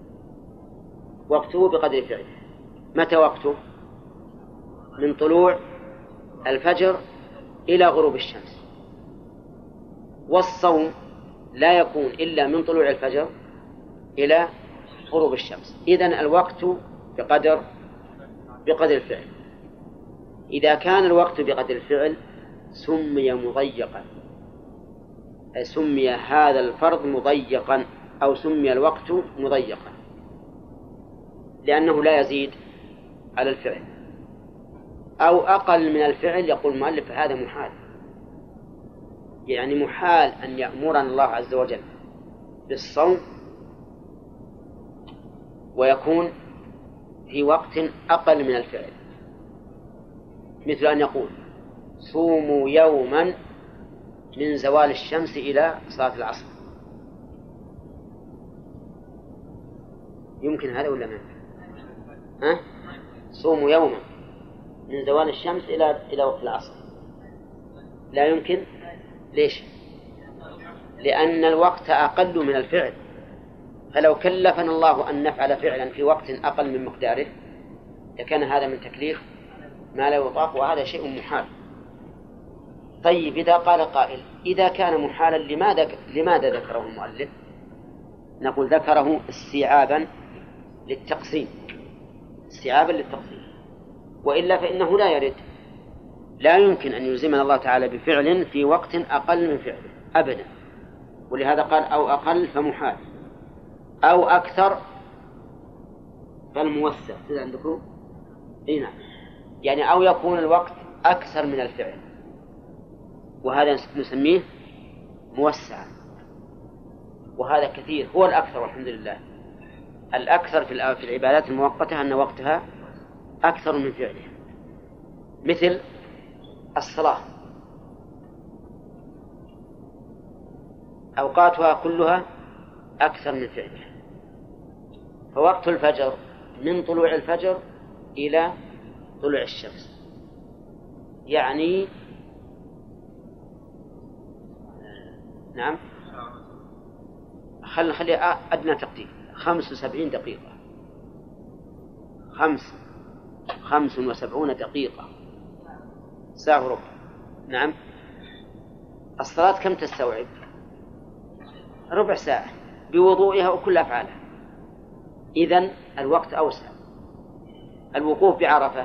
A: وقته بقدر الفعل. متى وقته؟ من طلوع الفجر إلى غروب الشمس. والصوم لا يكون إلا من طلوع الفجر إلى غروب الشمس. إذن الوقت بقدر الفعل. إذا كان الوقت بقدر الفعل سمي مضيقا، سمي هذا الفرض مضيقا، أو سمي الوقت مضيقا، لأنه لا يزيد على الفعل. أو أقل من الفعل، يقول المؤلف هذا محال. يعني محال أن يأمرنا الله عز وجل بالصوم ويكون في وقت أقل من الفعل، مثل أن يقول: صوموا يوما من زوال الشمس إلى صلاة العصر. يمكن هذا ولا ما؟ صوموا يوما من زوال الشمس إلى وقت العصر، لا يمكن. ليش؟ لأن الوقت أقل من الفعل، فلو كلفنا الله أن نفعل فعلا في وقت أقل من مقداره لكان هذا من تكليف ما لا يطاق، وهذا شيء محال. طيب، إذا قال قائل: إذا كان محالا لماذا ذكره المؤلف؟ نقول: ذكره استيعابا للتقسيم، وإلا فإنه لا يرد. لا يمكن أن يلزمنا الله تعالى بفعل في وقت أقل من فعله أبدا. ولهذا قال: أو أقل فمحال، أو أكثر فالموسع. كذا عندكم؟ نعم، يعني أو يكون الوقت أكثر من الفعل، وهذا نسميه موسعا. وهذا كثير، هو الأكثر والحمد لله. الأكثر في العبادات المؤقتة أن وقتها أكثر من فعلها، مثل الصلاة أوقاتها كلها أكثر من فعلها. فوقت الفجر من طلوع الفجر إلى طلوع الشمس، يعني نعم خلي أدنى تقدير 75 دقيقة، 75 دقيقة، ساعة وربع. نعم، الصلاة كم تستوعب؟ ربع ساعة بوضوئها وكل أفعالها. إذن الوقت أوسع. الوقوف بعرفة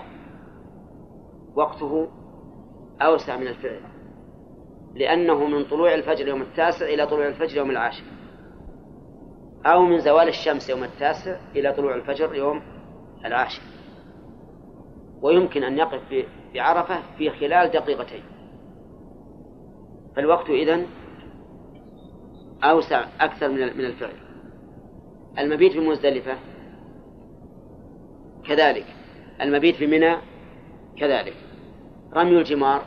A: وقته أوسع من الفعل، لأنه من طلوع الفجر يوم 9 إلى طلوع الفجر يوم 10، أو من زوال الشمس يوم 9 إلى طلوع الفجر يوم 10. ويمكن أن يقف بعرفة في خلال دقيقتين. فالوقت إذن أوسع أكثر من الفعل. المبيت في مزدلفة كذلك، المبيت في منى كذلك، رمي الجمار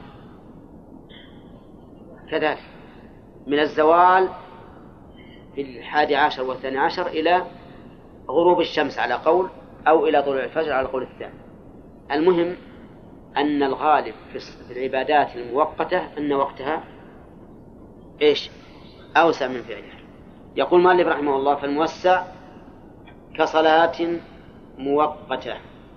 A: كذلك، من الزوال في 11 و12 إلى غروب الشمس على قول، أو إلى طلوع الفجر على قول الثاني. المهم أن الغالب في العبادات المؤقتة أن وقتها إيش؟ أوسع من فعلها. يقول مالك رحمه الله: فالموسع كصلاة مؤقتة.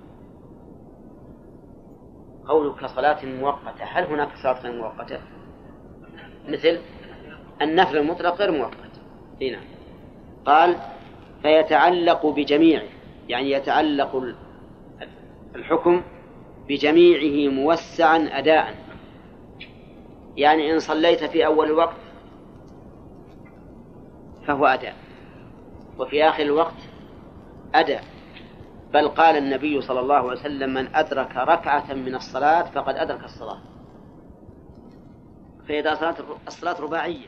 A: قوله كصلاة مؤقتة، هل هناك صلاة مؤقتة؟ مثل النفل المطلق غير مؤقت. هنا قال: فيتعلق بجميعه، يعني يتعلق الحكم بجميعه موسعا أداء، يعني إن صليت في أول الوقت فهو أداء، وفي آخر الوقت أداء. بل قال النبي صلى الله عليه وسلم: من أدرك ركعة من الصلاة فقد أدرك الصلاة. فإذا الصلاة رباعية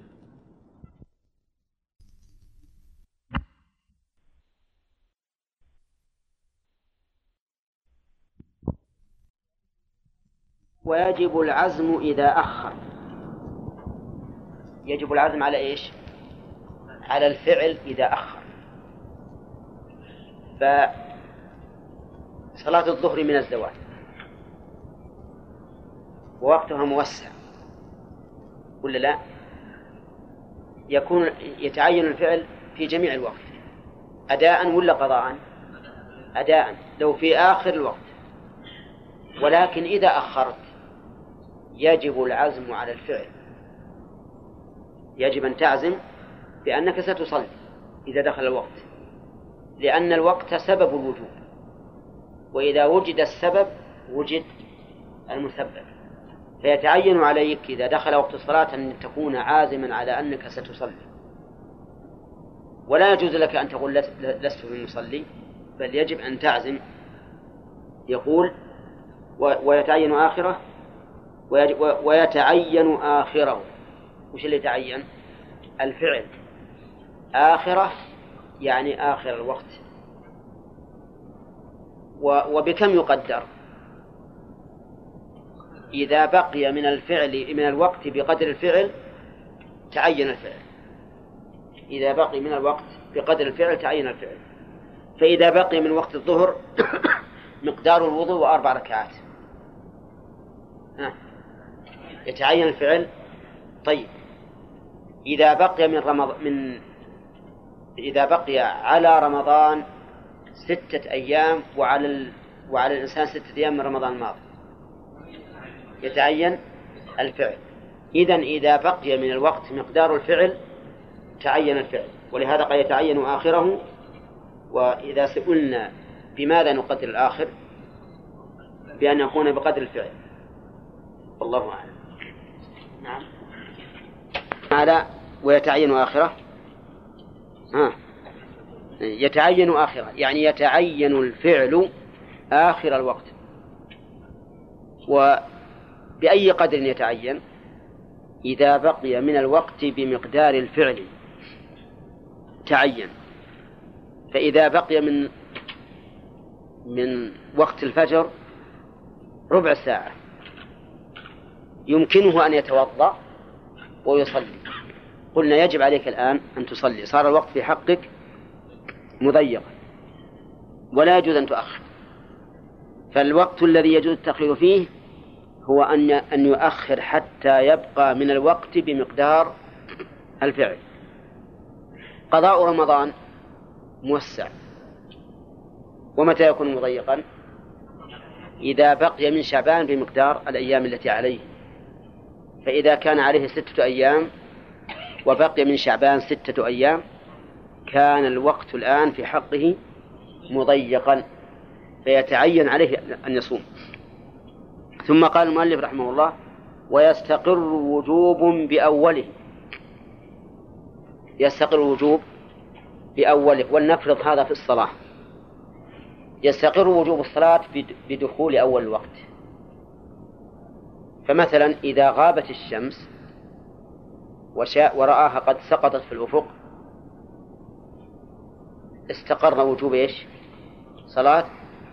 A: ويجب العزم إذا أخر. يجب العزم على إيش؟ على الفعل إذا أخر. فصلاة الظهر من الزوال ووقتها موسع ولا لا؟ يتعين الفعل في جميع الوقت أداء ولا قضاء؟ أداء لو في آخر الوقت. ولكن إذا أخرت يجب العزم على الفعل، يجب أن تعزم بأنك ستصلي إذا دخل الوقت، لأن الوقت سبب الوجوب، وإذا وجد السبب وجد المسبب. فيتعين عليك إذا دخل وقت الصلاة أن تكون عازما على أنك ستصلي، ولا يجوز لك أن تقول لست بمصلي، بل يجب أن تعزم. يقول: ويتعين آخره، ويتعين آخره. وش اللي يتعين؟ الفعل. آخره يعني آخر الوقت. وبكم يقدر؟ إذا بقي من الفعل من الوقت بقدر الفعل تعين الفعل. إذا بقي من الوقت بقدر الفعل تعين الفعل. فإذا بقي من وقت الظهر مقدار الوضوء و4 ركعات يتعين الفعل. طيب إذا بقي إذا بقي على رمضان 6 أيام وعلى الإنسان 6 أيام من رمضان الماضي يتعين الفعل. إذن إذا بقي من الوقت مقدار الفعل تعين الفعل، ولهذا قد يتعين آخره. وإذا سئلنا بماذا نقدر الآخر؟ بأن يكون بقدر الفعل، والله أعلم. نعم. هذا ويتعين آخره. يتعين آخره يعني يتعين الفعل آخر الوقت. وبأي قدر يتعين؟ إذا بقي من الوقت بمقدار الفعل تعين. فإذا بقي من وقت الفجر ربع ساعة يمكنه أن يتوضأ ويصلي، قلنا يجب عليك الآن أن تصلي، صار الوقت في حقك مضيقا ولا يجوز أن تؤخر. فالوقت الذي يجوز التأخير فيه هو أن يؤخر حتى يبقى من الوقت بمقدار الفعل. قضاء رمضان موسع، ومتى يكون مضيقا؟ إذا بقي من شعبان بمقدار الأيام التي عليه. فإذا كان عليه 6 أيام وبقي من شعبان 6 أيام كان الوقت الآن في حقه مضيقا، فيتعين عليه أن يصوم. ثم قال المؤلف رحمه الله: ويستقر وجوب بأوله. يستقر وجوب بأوله، ولنفرض هذا في الصلاة. يستقر وجوب الصلاة بدخول أول الوقت. فمثلا إذا غابت الشمس ورآها قد سقطت في الأفق استقر وجوب إيش؟ صلاة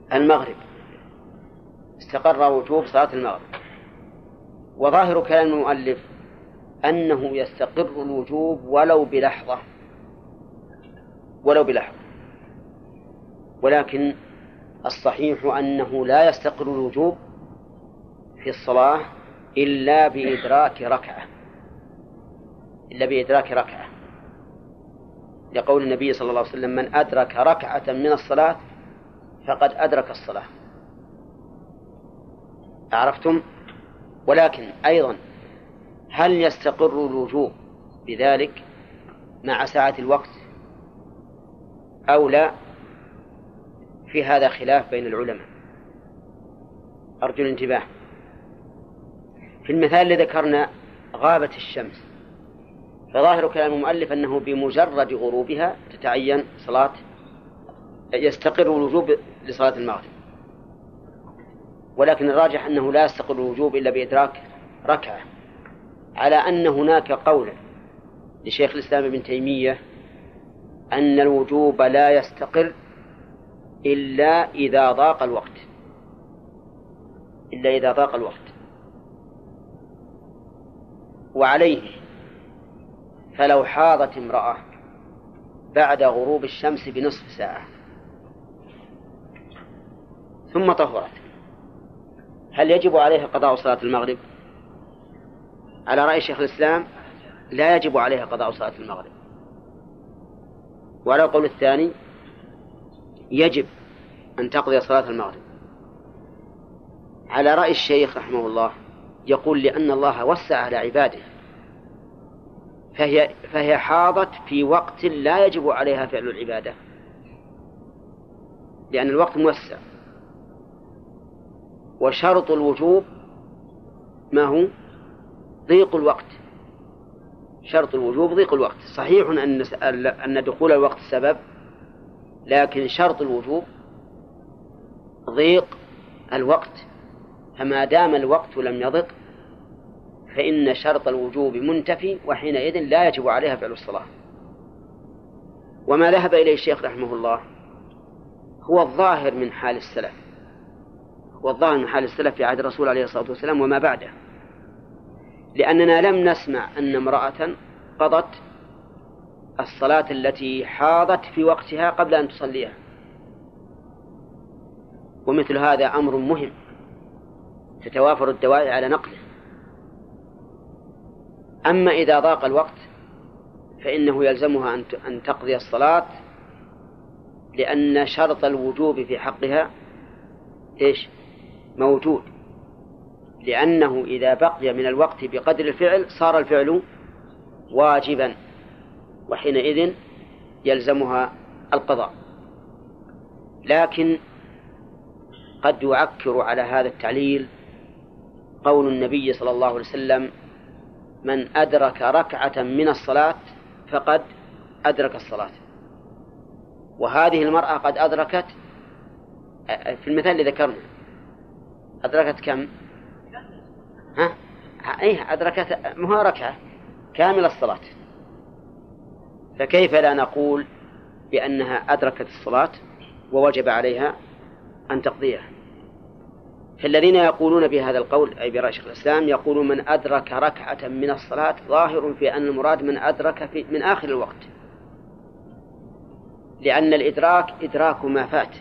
A: المغرب، استقر وجوب صلاة المغرب. وظاهر كلام المؤلف أنه يستقر الوجوب ولو بلحظة، ولكن الصحيح أنه لا يستقر الوجوب في الصلاة إلا بإدراك ركعة، لقول النبي صلى الله عليه وسلم: من أدرك ركعة من الصلاة فقد أدرك الصلاة. عرفتم؟ ولكن أيضا هل يستقر الوجوب بذلك مع ساعة الوقت أو لا؟ في هذا خلاف بين العلماء، أرجو الانتباه. في المثال الذي ذكرنا غابت الشمس، فظاهر كلام المؤلف أنه بمجرد غروبها تتعين صلاة، يستقر الوجوب لصلاة المغرب، ولكن الراجح أنه لا يستقر الوجوب إلا بإدراك ركعة، على أن هناك قولا لشيخ الإسلام ابن تيمية أن الوجوب لا يستقر إلا إذا ضاق الوقت، وعليه فلو حاضت امرأة بعد غروب الشمس بنصف ساعة ثم طهرت، هل يجب عليها قضاء صلاة المغرب؟ على رأي شيخ الإسلام لا يجب عليها قضاء صلاة المغرب، وعلى القول الثاني يجب أن تقضي صلاة المغرب. على رأي الشيخ رحمه الله يقول: لأن الله وسع على عباده، فهي حاضت في وقت لا يجب عليها فعل العبادة، لأن الوقت موسع. وشرط الوجوب ما هو؟ ضيق الوقت. شرط الوجوب ضيق الوقت. صحيح أن دخول الوقت سبب، لكن شرط الوجوب ضيق الوقت، فما دام الوقت لم يضق فإن شرط الوجوب منتفي، وحينئذ لا يجب عليها فعل الصلاة. وما ذهب إليه الشيخ رحمه الله هو الظاهر من حال السلف في عهد الرسول عليه الصلاة والسلام وما بعده، لأننا لم نسمع أن امرأة قضت الصلاة التي حاضت في وقتها قبل أن تصليها، ومثل هذا أمر مهم تتوافر الدواعي على نقله. أما إذا ضاق الوقت فإنه يلزمها أن تقضي الصلاة، لأن شرط الوجوب في حقها موجود، لأنه إذا بقي من الوقت بقدر الفعل صار الفعل واجبا، وحينئذ يلزمها القضاء. لكن قد يعكر على هذا التعليل قول النبي صلى الله عليه وسلم: من أدرك ركعة من الصلاة فقد أدرك الصلاة. وهذه المرأة قد أدركت في المثال الذي ذكرنا أدركت كم؟ أدركت مها ركعة كامل الصلاة، فكيف لا نقول بأنها أدركت الصلاة ووجب عليها أن تقضيها؟ فالذين يقولون بهذا القول أي برأي شيخ الإسلام يقولون: من أدرك ركعة من الصلاة، ظاهر في أن المراد من أدرك من آخر الوقت، لأن الإدراك إدراك ما فات،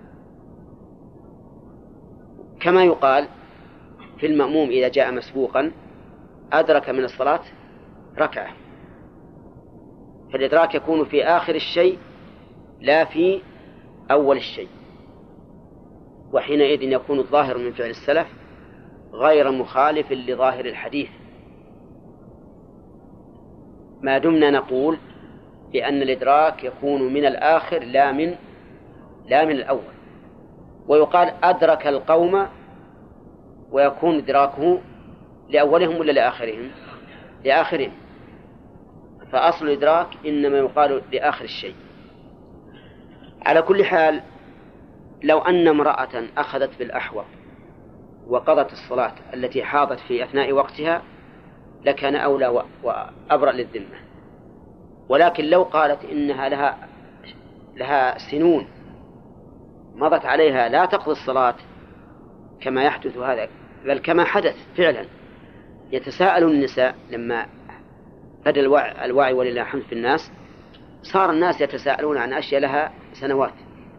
A: كما يقال في المأموم إذا جاء مسبوقا أدرك من الصلاة ركعة، فالإدراك يكون في آخر الشيء لا في أول الشيء، وحينئذ يكون الظاهر من فعل السلف غير مخالف لظاهر الحديث، ما دمنا نقول بأن الإدراك يكون من الآخر لا من الأول. ويقال أدرك القوم ويكون إدراكه لأولهم ولا لآخرهم، فأصل الإدراك إنما يقال لآخر الشيء. على كل حال، لو أن امرأة أخذت بالأحوط وقضت الصلاة التي حاضت في أثناء وقتها لكان أولى وأبرأ للذمة، ولكن لو قالت إنها لها سنون مضت عليها لا تقضي الصلاة كما يحدث هذا، بل كما حدث فعلا. يتساءل النساء لما بدا الوعي ولله الحمد في الناس، صار الناس يتساءلون عن أشياء لها سنوات.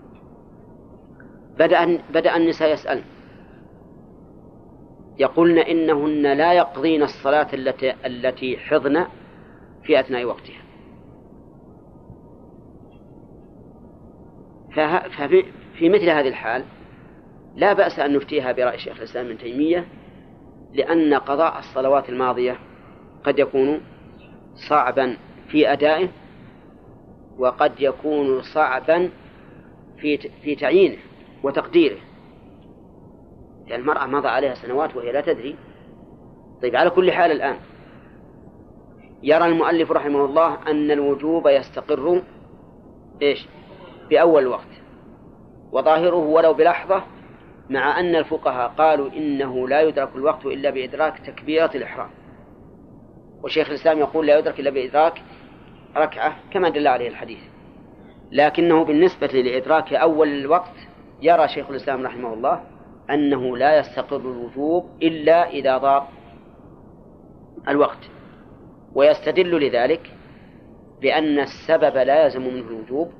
A: بدأ النساء يسألن، يقولن إنهن لا يقضين الصلاة التي حضن في أثناء وقتها. ففي مثل هذه الحال لا بأس أن نفتيها برأي شيخ الإسلام ابن تيمية، لأن قضاء الصلوات الماضية قد يكون صعبا في أدائه، وقد يكون صعبا في تعيينه وتقديره، لأن المرأة مضى عليها سنوات وهي لا تدري. طيب، على كل حال الآن يرى المؤلف رحمه الله أن الوجوب يستقر بأول وقت، وظاهره ولو بلحظة، مع أن الفقهاء قالوا إنه لا يدرك الوقت إلا بإدراك تكبيرة الإحرام، وشيخ الإسلام يقول لا يدرك إلا بإدراك ركعة كما دل عليه الحديث. لكنه بالنسبة لإدراك أول الوقت يرى شيخ الإسلام رحمه الله أنه لا يستقر الوجوب إلا إذا ضاق الوقت، ويستدل لذلك بأن السبب لا يلزم منه الوجوب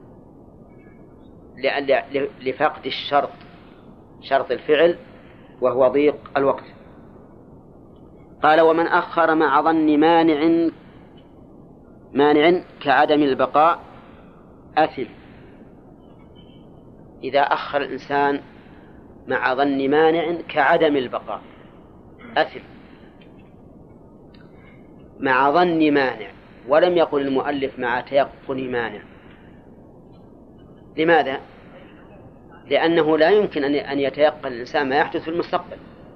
A: لفقد الشرط، شرط الفعل، وهو ضيق الوقت. قال: ومن أخر مع ظن مانع كعدم البقاء أثم. إذا أخر الإنسان مع ظن مانع كعدم البقاء أثم، مع ظن مانع، ولم يقل المؤلف مع تيقن مانع. لماذا؟ لأنه لا يمكن أن يتيقن الإنسان ما يحدث في المستقبل.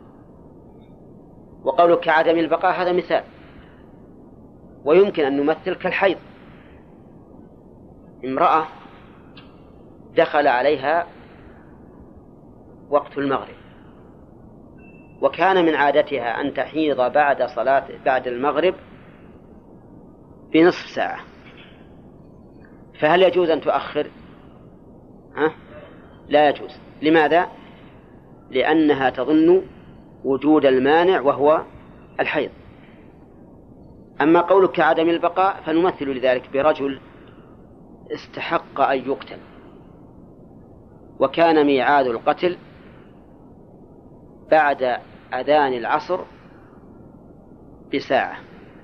A: وقوله كعدم البقاء هذا مثال، ويمكن أن نمثل كالحيض. امرأة دخل عليها وقت المغرب، وكان من عادتها أن تحيض بعد المغرب بنصف ساعة، فهل يجوز أن تؤخر؟ لا يجوز. لماذا؟ لأنها تظن وجود المانع وهو الحيض. أما قولك كعدم البقاء فنمثل لذلك برجل استحق أن يقتل، وكان ميعاد القتل بعد أذان العصر بساعة،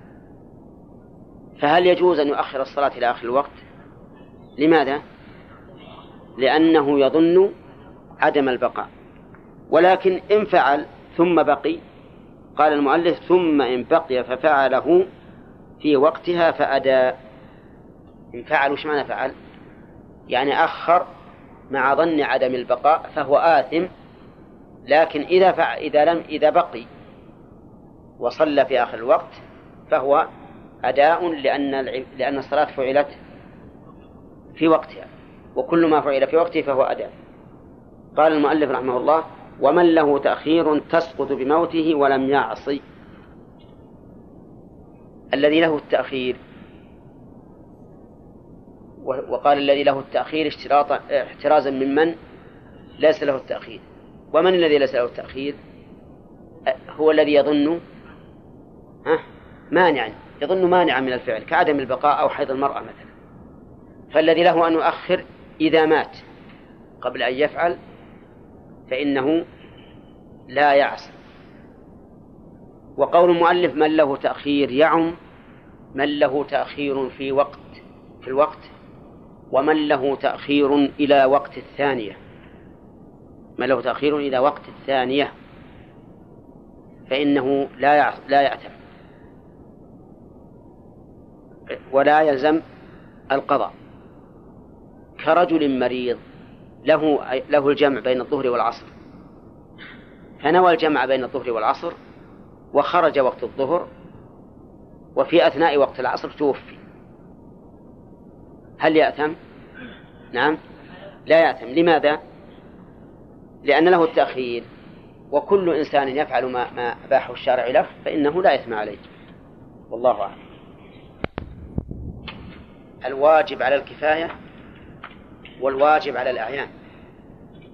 A: فهل يجوز أن يؤخر الصلاة إلى آخر الوقت؟ لماذا؟ لأنه يظن عدم البقاء. ولكن إن فعل ثم بقي، قال المؤلف: ثم إن بقي ففعله في وقتها فأدى. إن فعل، وش معنى فعل؟ يعني أخر مع ظن عدم البقاء فهو آثم. لكن إذا بقي وصلى في آخر الوقت فهو أداء، لأن الصلاة فعلت في وقتها، وكل ما فعل في وقته فهو أداء. قال المؤلف رحمه الله: ومن له تأخير تسقط بموته ولم يعصي. الذي له التأخير، وقال الذي له التأخير احترازا ممن ليس له التأخير. ومن الذي ليس له التأخير؟ هو الذي يظن مانعا من الفعل كعدم البقاء أو حيض المرأة مثلا. فالذي له أن يؤخر إذا مات قبل أن يفعل فإنه لا يعصي. وقول المؤلف من له تأخير يعم من له تأخير في الوقت، ومن له تأخير إلى وقت الثانية. من له تأخير إلى وقت الثانية فإنه لا يأثم ولا يلزم القضاء. كرجل مريض له الجمع بين الظهر والعصر، فنوى الجمع بين الظهر والعصر وخرج وقت الظهر، وفي أثناء وقت العصر توفي، هل يأثم؟ نعم، لا يأثم. لماذا؟ لأن له التأخير، وكل إنسان يفعل ما أباحه الشارع له فإنه لا إثم عليه، والله أعلم. الواجب على الكفاية والواجب على الأعيان.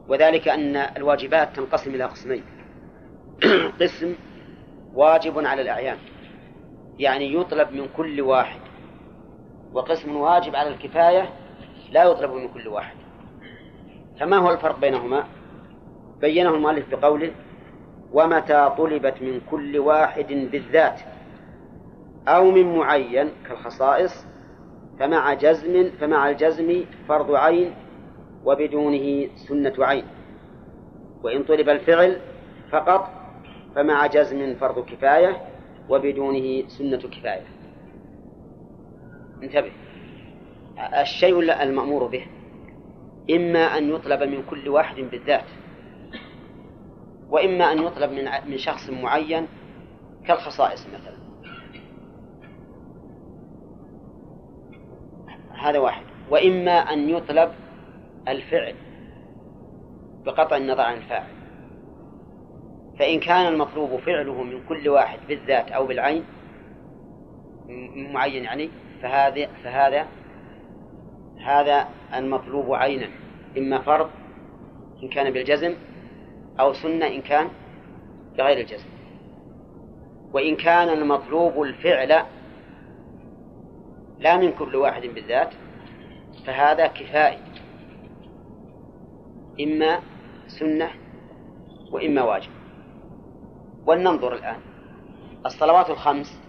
A: وذلك أن الواجبات تنقسم إلى قسمين: قسم واجب على الأعيان يعني يطلب من كل واحد، وقسم واجب على الكفاية لا يطلب من كل واحد. فما هو الفرق بينهما؟ بينه المؤلف بقوله: ومتى طلبت من كل واحد بالذات أو من معين كالخصائص فمع الجزم فرض عين وبدونه سنة عين، وإن طلب الفعل فقط فمع جزم فرض كفاية وبدونه سنة كفاية. انتبه، الشيء المأمور به إما أن يطلب من كل واحد بالذات، وإما أن يطلب من شخص معين كالخصائص مثلا. هذا واحد. وإما أن يطلب الفعل بقطع النظر عن الفاعل، فإن كان المطلوب فعله من كل واحد بالذات أو بالعين معين يعني هذا المطلوب عينا، إما فرض إن كان بالجزم أو سنة إن كان بغير الجزم. وإن كان المطلوب الفعل لا من كل واحد بالذات فهذا كفائي، إما سنة وإما واجب. ولننظر الآن الصلوات الخمس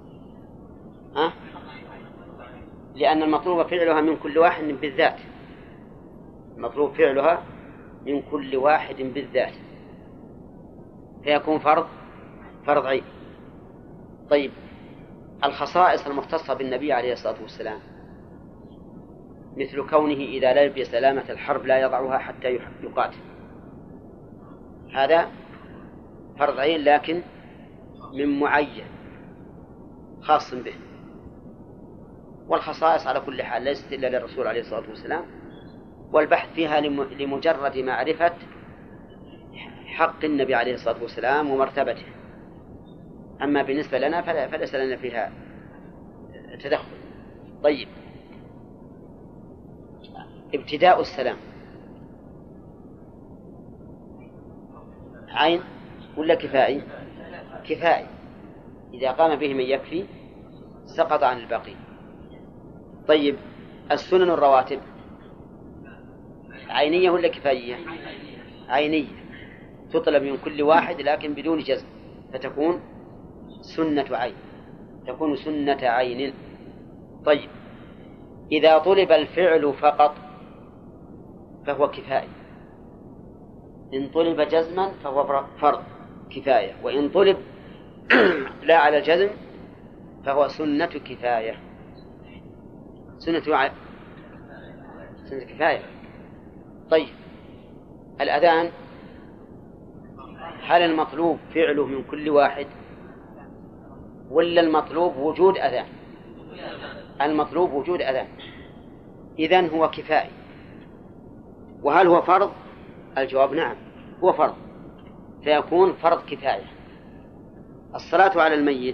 A: لأن المطلوب فعلها من كل واحد بالذات، المطلوب فعلها من كل واحد بالذات فيكون فرض عين. طيب الخصائص المختصة بالنبي عليه الصلاة والسلام مثل كونه إذا لبس سلامة الحرب لا يضعها حتى يقاتل، هذا فرض عين لكن من معين خاص به. والخصائص على كل حال ليست إلا للرسول عليه الصلاة والسلام، والبحث فيها لمجرد معرفة حق النبي عليه الصلاة والسلام ومرتبته. أما بالنسبة لنا فليس لنا فيها تدخل. طيب ابتداء السلام عين ولا كفائي؟ كفائي، إذا قام به من يكفي سقط عن الباقي. طيب السنن الرواتب عينية ولا كفائية؟ عينية، تطلب من كل واحد لكن بدون جزم فتكون سنة عين، تكون سنة عين. طيب إذا طلب الفعل فقط فهو كفائي، إن طلب جزما فهو فرض كفاية، وإن طلب لا على الجزم فهو سنة كفاية. سنة كفاية. طيب الأذان هل المطلوب فعله من كل واحد ولا المطلوب وجود أذان؟ المطلوب وجود أذان، إذن هو كفائي. وهل هو فرض؟ الجواب نعم هو فرض، فيكون فرض كفاية. الصلاة على الميت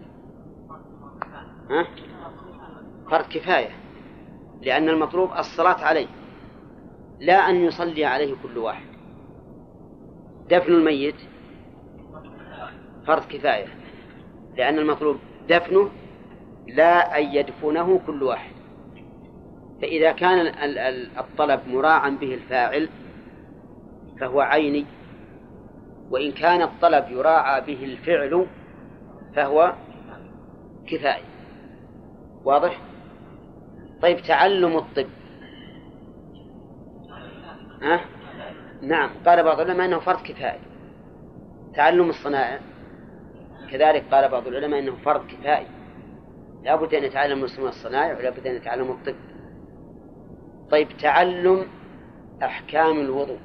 A: فرض كفاية، لأن المطلوب الصلاة عليه لا أن يصلي عليه كل واحد. دفن الميت فرض كفاية، لأن المطلوب دفنه لا أن يدفنه كل واحد. فإذا كان الطلب مراعا به الفاعل فهو عيني، وإن كان الطلب يراعى به الفعل فهو كفائي. واضح؟ طيب تعلم الطب نعم قال بعض العلماء أنه فرض كفائي. تعلم الصنائع كذلك قال بعض العلماء أنه فرض كفائي، لا بد أن يتعلم المسلمون الصنائع ولا بد أن يتعلم الطب. طيب تعلم أحكام الوضوء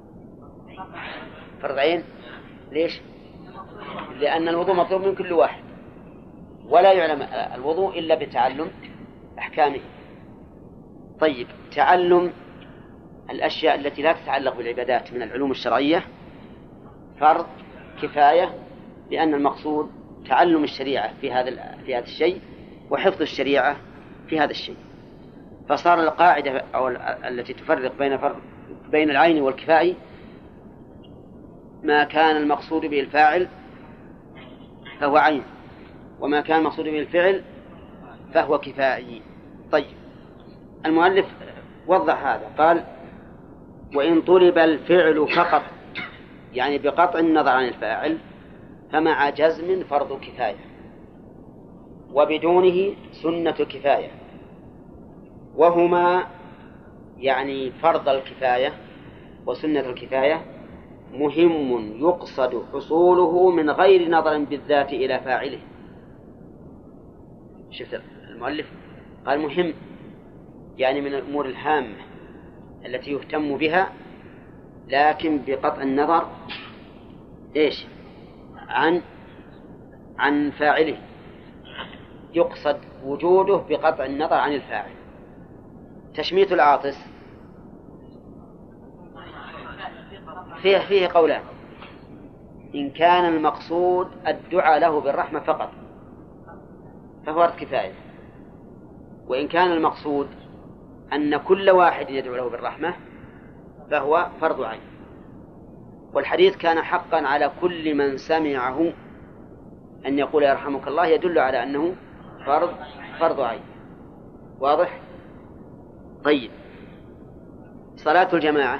A: فرض عين. ليش؟ لأن الوضوء مطلوب من كل واحد، ولا يعلم الوضوء إلا بتعلم أحكامه. طيب تعلم الأشياء التي لا تتعلق بالعبادات من العلوم الشرعية فرض كفاية، لأن المقصود تعلم الشريعة في هذا الشيء وحفظ الشريعة في هذا الشيء. فصار القاعدة أو التي تفرق بين العين والكفاء ما كان المقصود به الفاعل فهو عين، وما كان المقصود به الفعل فهو كفائي. طيب، المؤلف وضح هذا، قال: وإن طلب الفعل فقط، يعني بقطع النظر عن الفاعل، فمع جزم فرض كفاية، وبدونه سنة كفاية. وهما يعني فرض الكفاية وسنة الكفاية مهم يقصد حصوله من غير نظر بالذات إلى فاعله. شفت المؤلف قال مهم، يعني من الأمور الهامة التي يهتم بها، لكن بقطع النظر إيش عن فاعله، يقصد وجوده بقطع النظر عن الفاعل. تشميت العاطس فيه قولان: إن كان المقصود الدعاء له بالرحمة فقط فهو فرض كفاية، وإن كان المقصود أن كل واحد يدعو له بالرحمة فهو فرض عين. والحديث كان حقا على كل من سمعه أن يقول يرحمك الله، يدل على أنه فرض عين. واضح؟ طيب، صلاة الجماعة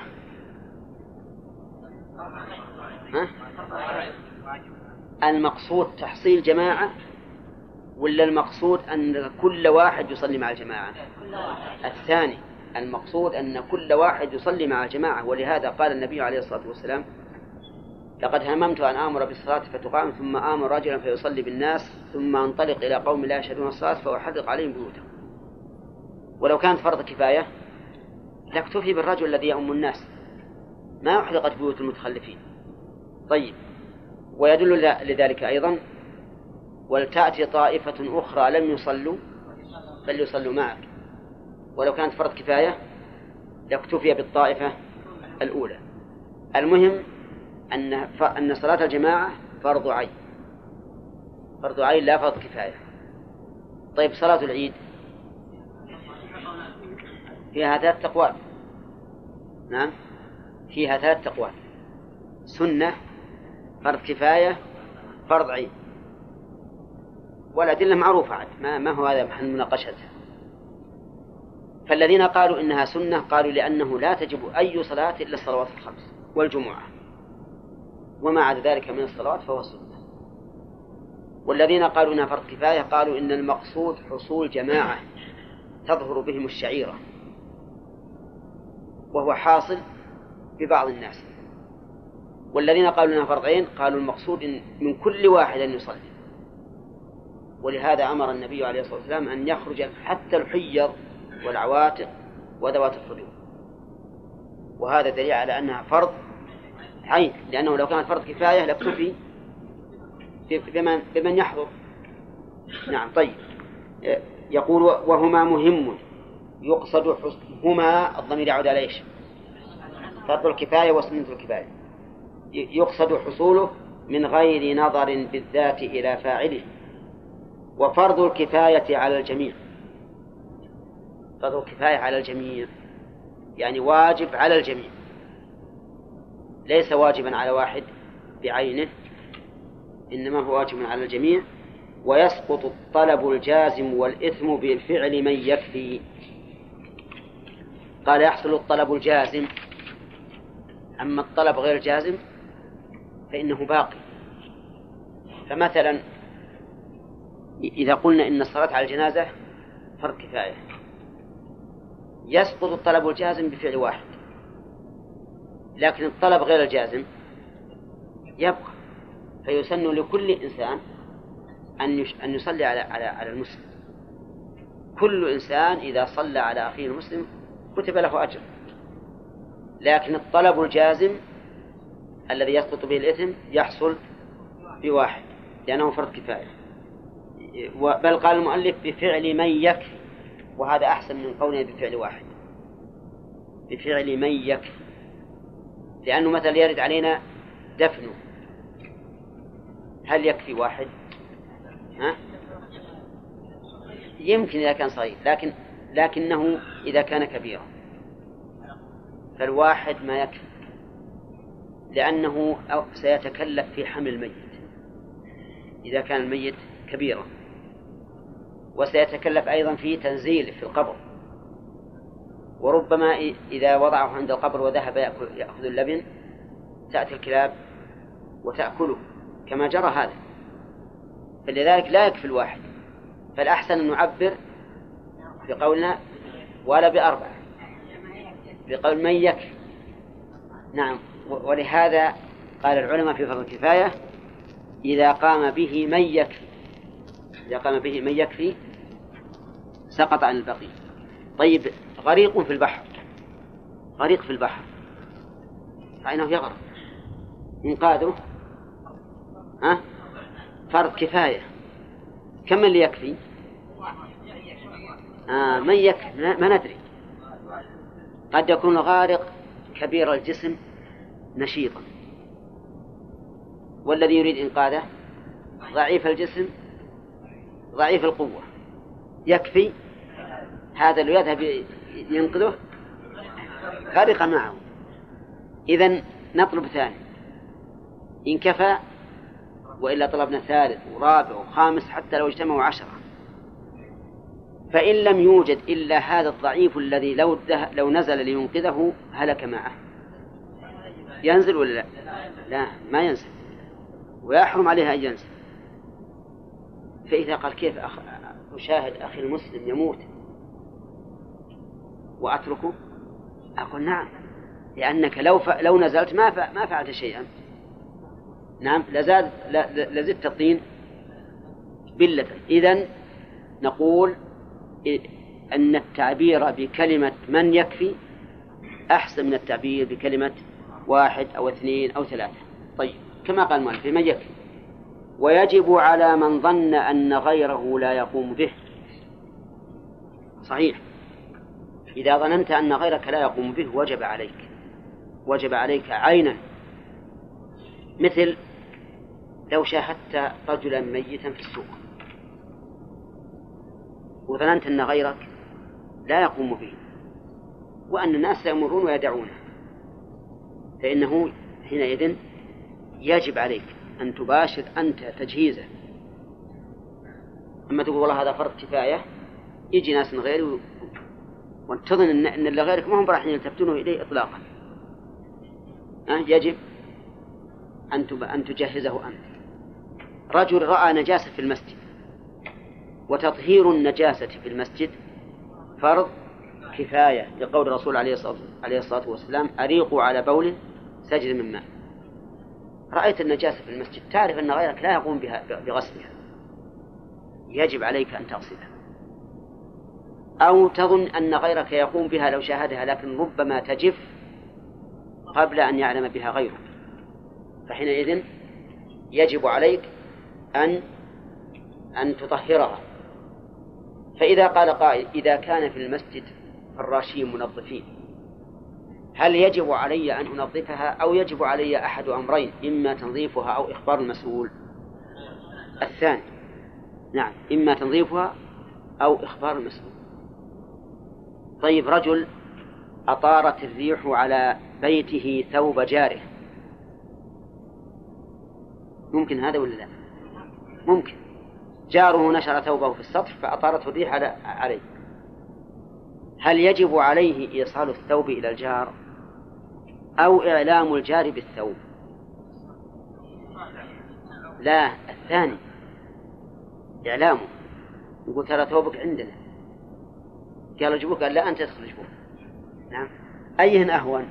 A: المقصود تحصيل جماعة ولا المقصود أن كل واحد يصلي مع الجماعة؟ الثاني، المقصود أن كل واحد يصلي مع الجماعة. ولهذا قال النبي عليه الصلاة والسلام: لقد هممت أن آمر بالصلاة فتقام ثم آمر رجلا فيصلي بالناس ثم أنطلق إلى قوم لا يشهدون الصلاة فأحرق عليهم بيوتهم. ولو كانت فرض كفاية لاكتفي بالرجل الذي يؤم الناس، ما أحرقت بيوت المتخلفين. طيب، ويدل لذلك أيضا: ولتأتي طائفة أخرى لم يصلوا فليصلوا معك. ولو كانت فرض كفاية لاكتفي بالطائفة الأولى. المهم أن صلاة الجماعة فرض عين لا فرض كفاية. طيب، صلاة العيد فيها 3 أقوال. نعم، فيها 3 أقوال: سنة، فرض كفاية، فرض عين. والأدلة معروفة عاد، ما هو هذا محل مناقشتها. فالذين قالوا إنها سنة قالوا لأنه لا تجب أي صلاة إلا الصلوات الخمس والجمعة، وما عدا ذلك من الصلوات فهو سنة. والذين قالوا إنها فرض كفاية قالوا إن المقصود حصول جماعة تظهر بهم الشعيرة، وهو حاصل ببعض الناس. والذين قالوا إنها فرض عين قالوا المقصود إن من كل واحد أن يصلي. ولهذا أمر النبي عليه الصلاة والسلام أن يخرج حتى الحيض والعواتق وذوات الخدور، وهذا دليل على أنها فرض عين، لأنه لو كانت فرض كفاية لاكتفي بمن يحضر. نعم. طيب، يقول: وهما مهم يقصد هما، الضمير يعود على إيش؟ فرض الكفاية وسنة الكفاية. يقصد حصوله من غير نظر بالذات إلى فاعله. وفرض الكفاية على الجميع، فرض الكفاية على الجميع يعني واجب على الجميع، ليس واجبا على واحد بعينه، إنما هو واجب على الجميع. ويسقط الطلب الجازم والإثم بالفعل من يكفي. قال: يحصل الطلب الجازم، أما الطلب غير الجازم فإنه باقي. فمثلا إذا قلنا إن الصلاة على الجنازة فرض كفاية، يسقط الطلب الجازم بفعل واحد، لكن الطلب غير الجازم يبقى، فيسن لكل إنسان أن يصلي على المسلم. كل إنسان إذا صلى على أخيه المسلم كتب له أجر، لكن الطلب الجازم الذي يسقط به الإثم يحصل بواحد لأنه فرض كفاية. بل قال المؤلف بفعل من يكفي، وهذا أحسن من قوله بفعل واحد، بفعل من يكفي، لأنه مثلا يرد علينا دفنه، هل يكفي واحد؟ يمكن إذا كان صغير، لكنه إذا كان كبيرا فالواحد ما يكفي، لأنه سيتكلف في حمل الميت إذا كان الميت كبيرا، وسيتكلف أيضا في تنزيله في القبر، وربما إذا وضعه عند القبر وذهب يأخذ اللبن تأتي الكلاب وتأكله كما جرى هذا، فلذلك لا يكفي الواحد. فالأحسن أن نعبر بقولنا ولا بأربعة، بقول من يكفي. نعم. ولهذا قال العلماء في فرض الكفاية إذا قام به من يكفي، إذا قام به من يكفي سقط عن البقية. طيب غريق في البحر، غريق في البحر فإنه يغرق، إنقاذه فرض كفاية. كم اللي يكفي؟ من يكفي ما ندري، قد يكون غارق كبير الجسم نشيطا، والذي يريد إنقاذه ضعيف الجسم ضعيف القوة، يكفي هذا اللي يذهب ينقذه غرق معه. إذن نطلب ثاني إن كفى، وإلا طلبنا ثالث ورابع وخامس حتى لو اجتمعوا 10. فإن لم يوجد إلا هذا الضعيف الذي لو نزل لينقذه هلك معه، ينزل ولا لا؟ لا ما ينزل، ويحرم عليها أن ينزل. فإذا قال كيف أشاهد أخي المسلم يموت وأتركه؟ أقول نعم، لأنك لو نزلت ما فعلت شيئا. نعم لزدت الطين بلة. إذن نقول أن التعبير بكلمة من يكفي أحسن من التعبير بكلمة 1 أو 2 أو 3. طيب كما قال المؤلف من يكفي. ويجب على من ظن أن غيره لا يقوم به. صحيح، إذا ظننت أن غيرك لا يقوم به وجب عليك عينا. مثل لو شاهدت رجلا ميتا في السوق وظننت أن غيرك لا يقوم به وأن الناس يمرون ويدعونه، فإنه حينئذ يجب عليك أن تباشر أنت تجهيزه. أما تقول والله هذا فرض كفاية، يجي ناس من غيره وانتظن أن اللي غيرك ما هم راح يلتفتونه إليه إطلاقا. يجب أن تجهزه أنت. رجل رأى نجاسة في المسجد، وتطهير النجاسة في المسجد فرض كفاية، لقول الرسول عليه الصلاة والسلام أريقوا على بول سجل من ماء. رأيت النجاسة في المسجد، تعرف أن غيرك لا يقوم بغسلها، يجب عليك أن تغسلها. أو تظن أن غيرك يقوم بها لو شاهدها، لكن ربما تجف قبل أن يعلم بها غيره، فحينئذ يجب عليك أن تطهرها. فإذا قال قائل إذا كان في المسجد فراشين منظفين، هل يجب علي أن أنظفها أو يجب علي أحد أمرين، إما تنظيفها أو إخبار المسؤول؟ الثاني. نعم، إما تنظيفها أو إخبار المسؤول. طيب رجل أطارت الريح على بيته ثوب جاره، ممكن هذا ولا لا؟ ممكن. جاره نشر ثوبه في السطح فأطارته الريح عليه، هل يجب عليه إيصال الثوب إلى الجار أو إعلام الجار بالثوب؟ لا، الثاني، إعلامه، يقول ترى ثوبك عندنا، قال جبوه، قال لا أنت تدخل جبوه. نعم، أيهن أهون؟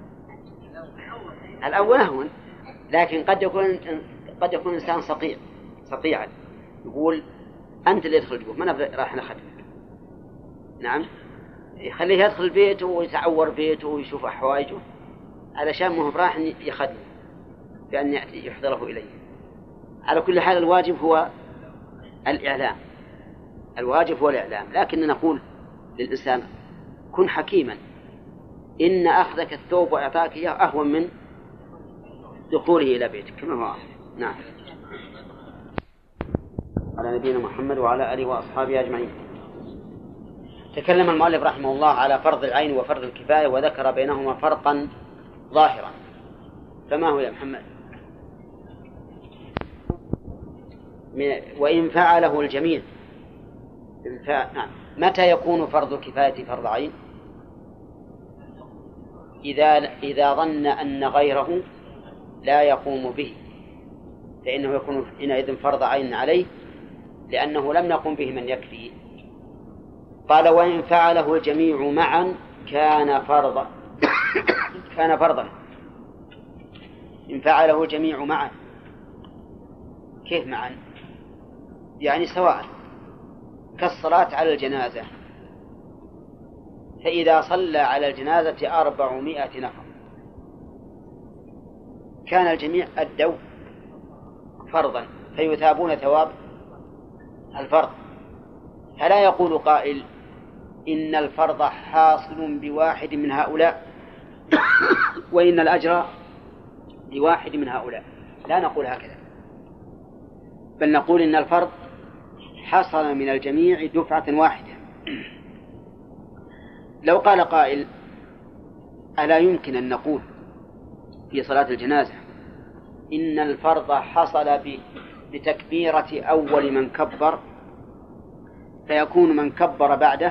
A: الأول أهون، لكن قد يكون إنسان صقيعا يقول أنت اللي يدخل جبوه، ما راح نخدمك. نعم، يخليه يدخل البيت ويتعور بيته ويشوف حوائجه علشان ما هو راح يخدمه بأن يأتي يحضره إليه. على كل حال الواجب هو الإعلام، لكن نقول للإنسان كن حكيما، إن أخذك الثوب وإعطاك إياه أهون من دخوله إلى بيتك كما هو. نعم. على نبينا محمد وعلى آله وأصحابه أجمعين. تكلم المؤلف رحمه الله على فرض العين وفرض الكفاية وذكر بينهما فرقا ظاهرا، فما هو يا محمد؟ وإن فعله الجميع نعم. متى يكون فرض الكفاية فرض عين؟ إذا ظن أن غيره لا يقوم به، فإنه يكون حينئذ فرض عين عليه، لأنه لم يقم به من يكفي. قال وإن فعله الجميع معا كان فرضا كان فرضا. إن فعله الجميع معا، كيف معا؟ يعني سواء، كالصلاة على الجنازة، فإذا صلى على الجنازة 400 نفر كان الجميع أدوا فرضا فيثابون ثواب الفرض، فلا يقول قائل إن الفرض حاصل بواحد من هؤلاء وإن الأجر لواحد من هؤلاء، لا نقول هكذا، بل نقول إن الفرض حصل من الجميع دفعة واحدة. لو قال قائل ألا يمكن أن نقول في صلاة الجنازة إن الفرض حصل بتكبيرة أول من كبر فيكون من كبر بعده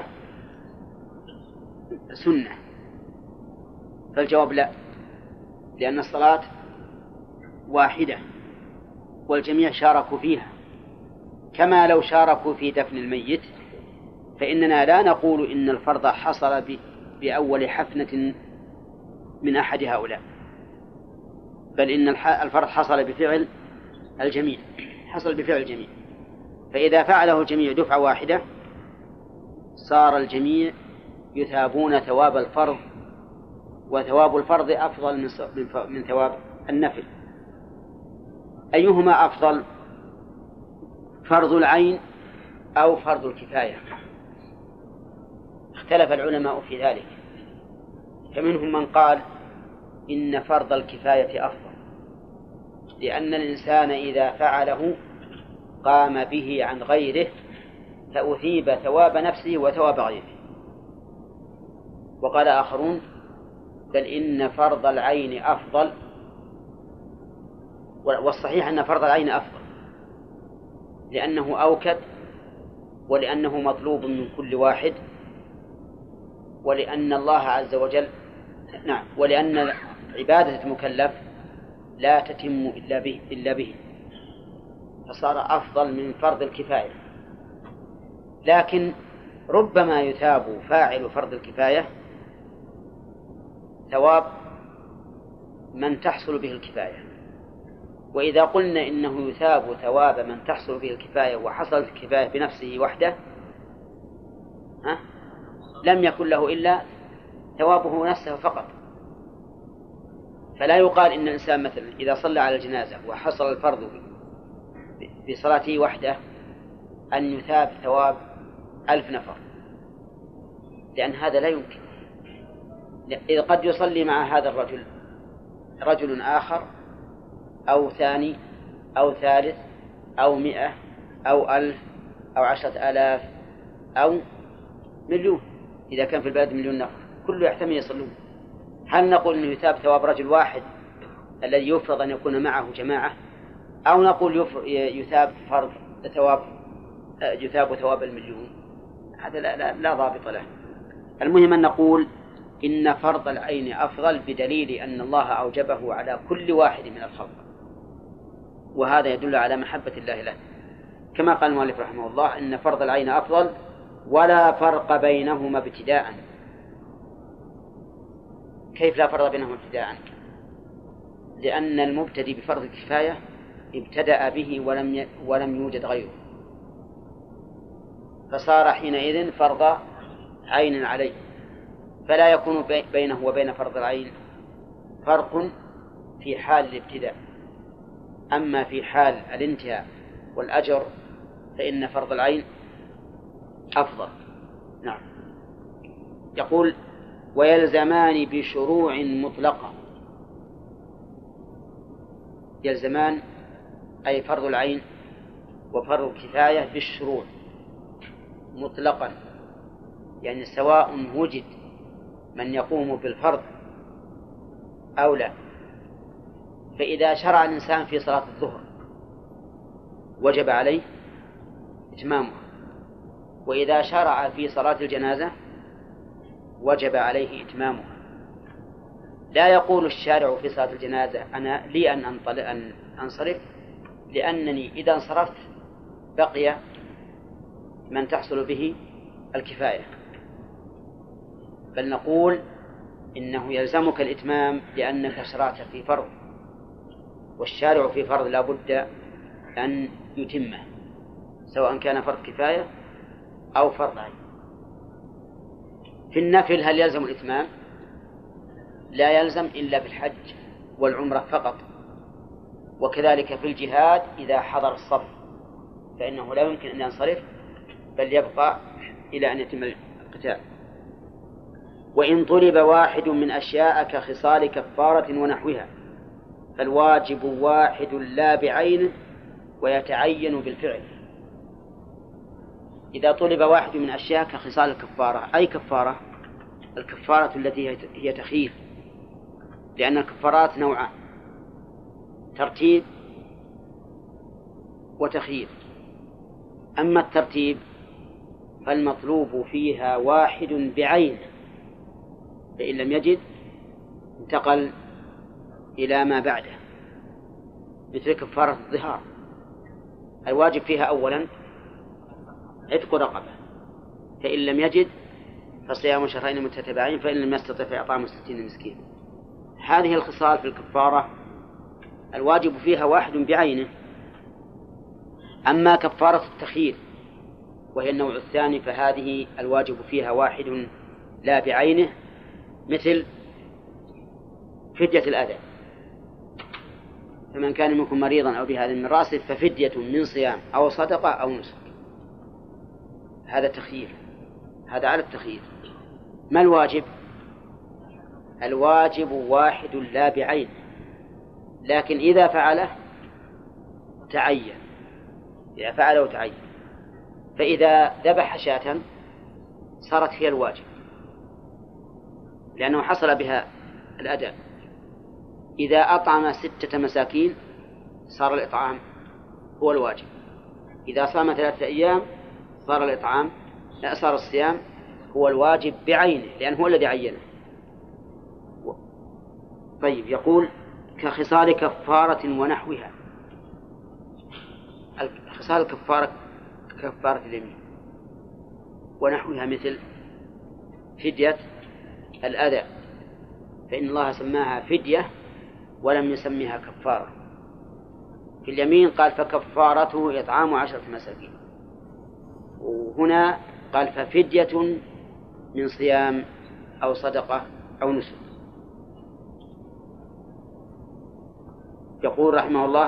A: سنة؟ فالجواب لا، لأن الصلاة واحدة والجميع شاركوا فيها، كما لو شاركوا في دفن الميت، فإننا لا نقول إن الفرض حصل بأول حفنة من أحد هؤلاء، بل إن الفرض حصل بفعل الجميع، حصل بفعل الجميع. فإذا فعله الجميع دفعة واحدة صار الجميع يثابون ثواب الفرض، وثواب الفرض أفضل من ثواب النفل. أيهما أفضل، فرض العين أو فرض الكفاية؟ اختلف العلماء في ذلك، فمنهم من قال إن فرض الكفاية أفضل، لأن الإنسان إذا فعله قام به عن غيره فأثيب ثواب نفسه وثواب غيره. وقال آخرون بل إن فرض العين أفضل، والصحيح أن فرض العين أفضل لأنه أوكد، ولأنه مطلوب من كل واحد، ولأن الله عز وجل نعم، ولأن عبادة المكلف لا تتم إلا به فصار أفضل من فرض الكفاية. لكن ربما يثاب فاعل فرض الكفاية ثواب من تحصل به الكفاية، وإذا قلنا إنه يثاب ثواب من تحصل به الكفاية وحصلت الكفاية بنفسه وحده لم يكن له إلا ثوابه نفسه فقط. فلا يقال إن الإنسان مثلا إذا صلى على الجنازة وحصل الفرض بصلاته وحده أن يثاب ثواب 1000 نفر، لأن هذا لا يمكن. إذا قد يصلي مع هذا الرجل رجل آخر أو ثاني أو ثالث أو 100 أو 1000 أو 10,000 أو مليون، إذا كان في البلد 1,000,000 نفر كله يحتمل يصلون، هل نقول أنه يثاب ثواب رجل واحد الذي يفرض أن يكون معه جماعة، أو نقول يثاب ثواب 1,000,000؟ هذا لا ضابط له. المهم أن نقول إن فرض العين أفضل بدليل أن الله أوجبه على كل واحد من الخلق، وهذا يدل على محبة الله له، كما قال المؤلف رحمه الله إن فرض العين أفضل ولا فرق بينهما ابتداء. كيف لا فرق بينهما ابتداء؟ لأن المبتدئ بفرض الكفاية ابتدأ به ولم يوجد غيره، فصار حينئذ فرض عين عليه، فلا يكون بينه وبين فرض العين فرق في حال الابتداء. أما في حال الانتهاء والأجر فإن فرض العين أفضل. نعم. يقول ويلزمان بشروع مطلقة. يلزمان أي فرض العين وفرض الكفاية بالشروع مطلقا، يعني سواء وجد من يقوم بالفرض أو لا. فإذا شرع الإنسان في صلاة الظهر وجب عليه إتمامها، وإذا شرع في صلاة الجنازة وجب عليه إتمامها. لا يقول الشارع في صلاة الجنازة أنا لي أن أنصرف لأنني إذا انصرفت بقي من تحصل به الكفاية، بل نقول إنه يلزمك الإتمام لأنك شرعت في فرض، والشارع في فرض لا بد أن يتمه سواء كان فرض كفاية أو فرض عين. في النفل هل يلزم الإتمام؟ لا يلزم إلا في الحج والعمرة فقط، وكذلك في الجهاد إذا حضر الصف فإنه لا يمكن أن ينصرف بل يبقى إلى أن يتم القتال. وإن طلب واحد من أشياء كخصال كفارة ونحوها فالواجب واحد لا بعينه ويتعين بالفعل. إذا طلب واحد من أشياء كخصال الكفارة، أي كفارة؟ الكفارة التي هي تخيير، لأن الكفارات نوعان: ترتيب وتخيير. أما الترتيب فالمطلوب فيها واحد بعينه، فإن لم يجد انتقل إلى ما بعده، مثل كفارة الظهار الواجب فيها أولا عتق رقبة، فإن لم يجد فصيام شهرين متتابعين، فإن لم يستطع فإطعام 60 مسكين. هذه الخصال في الكفارة الواجب فيها واحد بعينه. أما كفارة التخيير وهي النوع الثاني فهذه الواجب فيها واحد لا بعينه، مثل فدية الأذى، فمن كان منكم مريضا أو بهذا من رأسه ففدية من صيام أو صدقة أو نسك. هذا تخيير، هذا على التخيير. ما الواجب؟ الواجب واحد لا بعين، لكن إذا فعله تعين، إذا فعله تعين. فإذا ذبح شاة صارت هي الواجب لأنه حصل بها الأداء. إذا أطعم 6 مساكين صار الإطعام هو الواجب. إذا صام 3 أيام صار الإطعام صار الصيام هو الواجب بعينه لأنه هو الذي عينه. طيب، يقول كخصال كفارة ونحوها. خصال الكفارة كفارة اليمين ونحوها مثل فدية الأذى، فإن الله سماها فدية ولم يسميها كفارة. في اليمين قال فكفارته إطعام 10 مساكين، وهنا قال ففدية من صيام أو صدقة أو نسك. يقول رحمه الله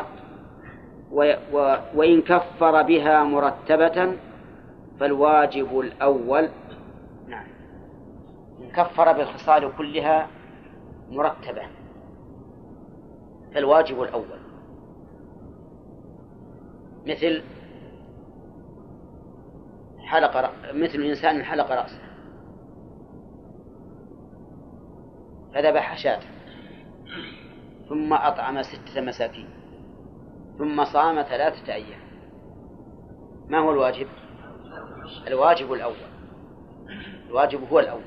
A: وإن كفر بها مرتبة فالواجب الأول. نعم، إن كفر بالخصال كلها مرتبة فالواجب الأول، مثل مثل إنسان حلق رأسه فذبح شاة ثم أطعم 6 مساكين ثم صام 3 أيام. ما هو الواجب؟ الواجب الأول، الواجب هو الأول.